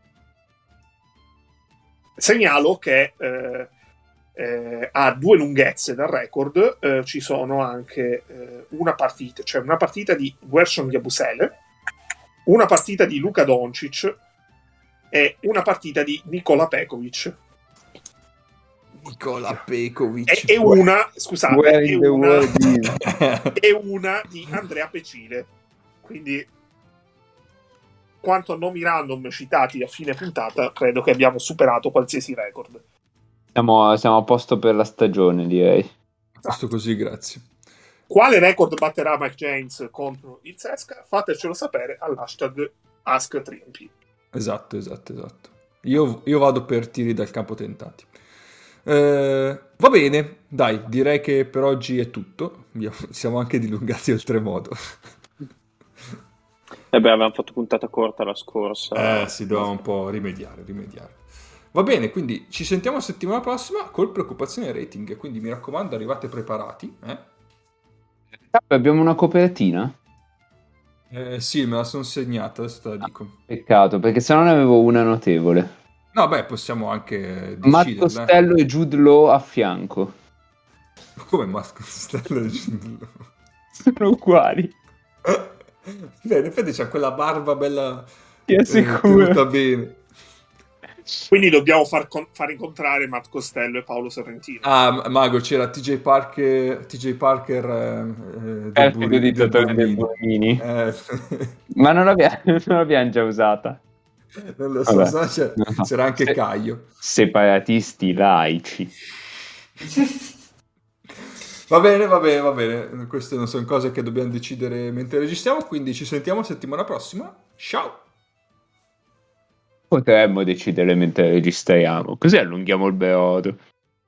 Segnalo che ha 2 lunghezze dal record. Ci sono anche una partita di Gershon Yabusele, una partita di Luka Doncic e una partita di Nikola Pekovic. Nikola Pekovic. E una, scusate, Where e in the una, world is? e una di Andrea Pecile. Quindi, quanto a nomi random citati a fine puntata, credo che abbiamo superato qualsiasi record. Siamo a posto per la stagione, direi. Giusto così, grazie. Quale record batterà Mike James contro il Cesca? Fatecelo sapere all'hashtag AskTriMP. Esatto. Io vado per tiri dal campo tentati. Va bene, dai, direi che per oggi è tutto. Siamo anche dilungati oltremodo. Avevamo fatto puntata corta la scorsa. Si doveva un po' rimediare. Va bene, quindi ci sentiamo settimana prossima col Preoccupazione Rating. Quindi mi raccomando, arrivate preparati. Abbiamo una copertina? Sì, me la sono segnata, adesso te la dico. Peccato, perché se no ne avevo una notevole. No, beh, possiamo anche Matt deciderla. Costello e Jude Law a fianco. Come Matt Costello? Sono uguali. Beh, in effetti c'ha quella barba bella Ti assicuro. tenuta bene. Quindi dobbiamo far incontrare Matt Costello e Paolo Sorrentino. Ah, Mago, c'era TJ Parker Il figlio di Totò del Burmini. Ma non l'abbiamo già usata. Non lo so, Vabbè, se no non so. c'era anche Caio. Separatisti laici. Va bene. Queste non sono cose che dobbiamo decidere mentre registriamo, quindi ci sentiamo settimana prossima. Ciao! Potremmo decidere mentre registriamo, così allunghiamo il brodo.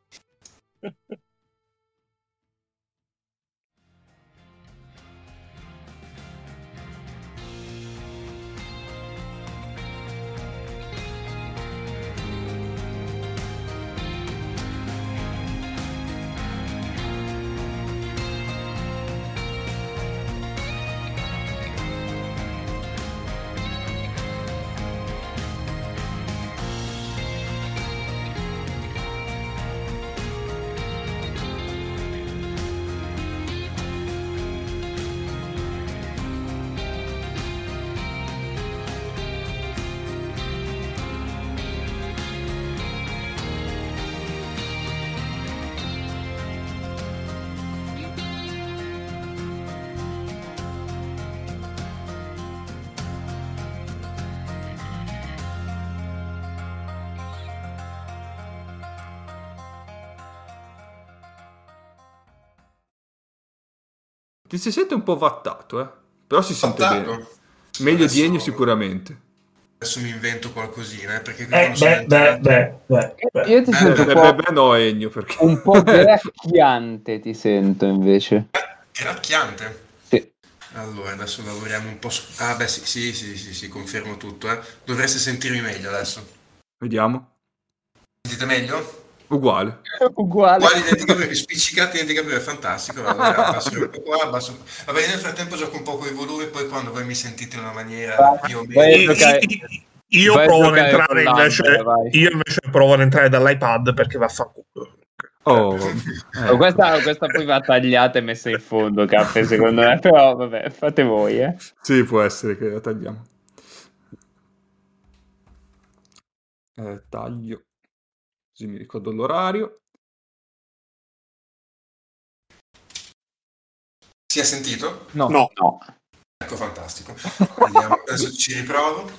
Ti si sente un po' vattato, però si sente Vattato? bene. Meglio Adesso- di Ennio sicuramente. Adesso mi invento qualcosina, perché qui Io Io ti sento un po', No, Ennio, perché... un po' gracchiante, ti sento invece. Gracchiante. Sì. Allora, adesso lavoriamo un po'. Ah, beh, sì, confermo tutto, eh. Dovreste sentirmi meglio adesso. Vediamo. Sentite meglio? Uguale. Uguale. Qua l'identificatore, spiccicati l'identificatore è fantastico. Allora, abbasso un po' qua, abbasso. Vabbè, io nel frattempo gioco un po' con i volumi, poi quando voi mi sentite in una maniera più o Vai meno. a giocare. Io Vai a provo ad giocare entrare con invece. l'Ambra, vai. Io invece provo ad entrare dall'iPad perché vaffanculo. Oh, Questa poi va tagliata e messa in fondo, caffè, secondo me. Però vabbè, fate voi, eh. Sì, può essere che la tagliamo. Taglio. Così mi ricordo l'orario. Si è sentito? No. No. Ecco, fantastico. Vediamo, adesso ci riprovo.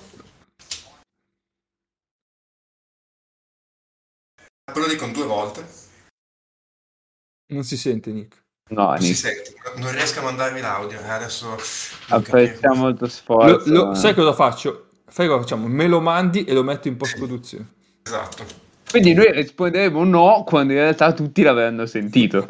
Lo dico 2 volte. Non si sente, Nick. No, Non si Nick. sente. Non riesco a mandarvi l'audio. Adesso Apprezziamo il tuo sforzo. Sai cosa faccio? Fai cosa facciamo? Me lo mandi e lo metto in post-produzione. Esatto. Quindi noi risponderemo no quando in realtà tutti l'avranno sentito.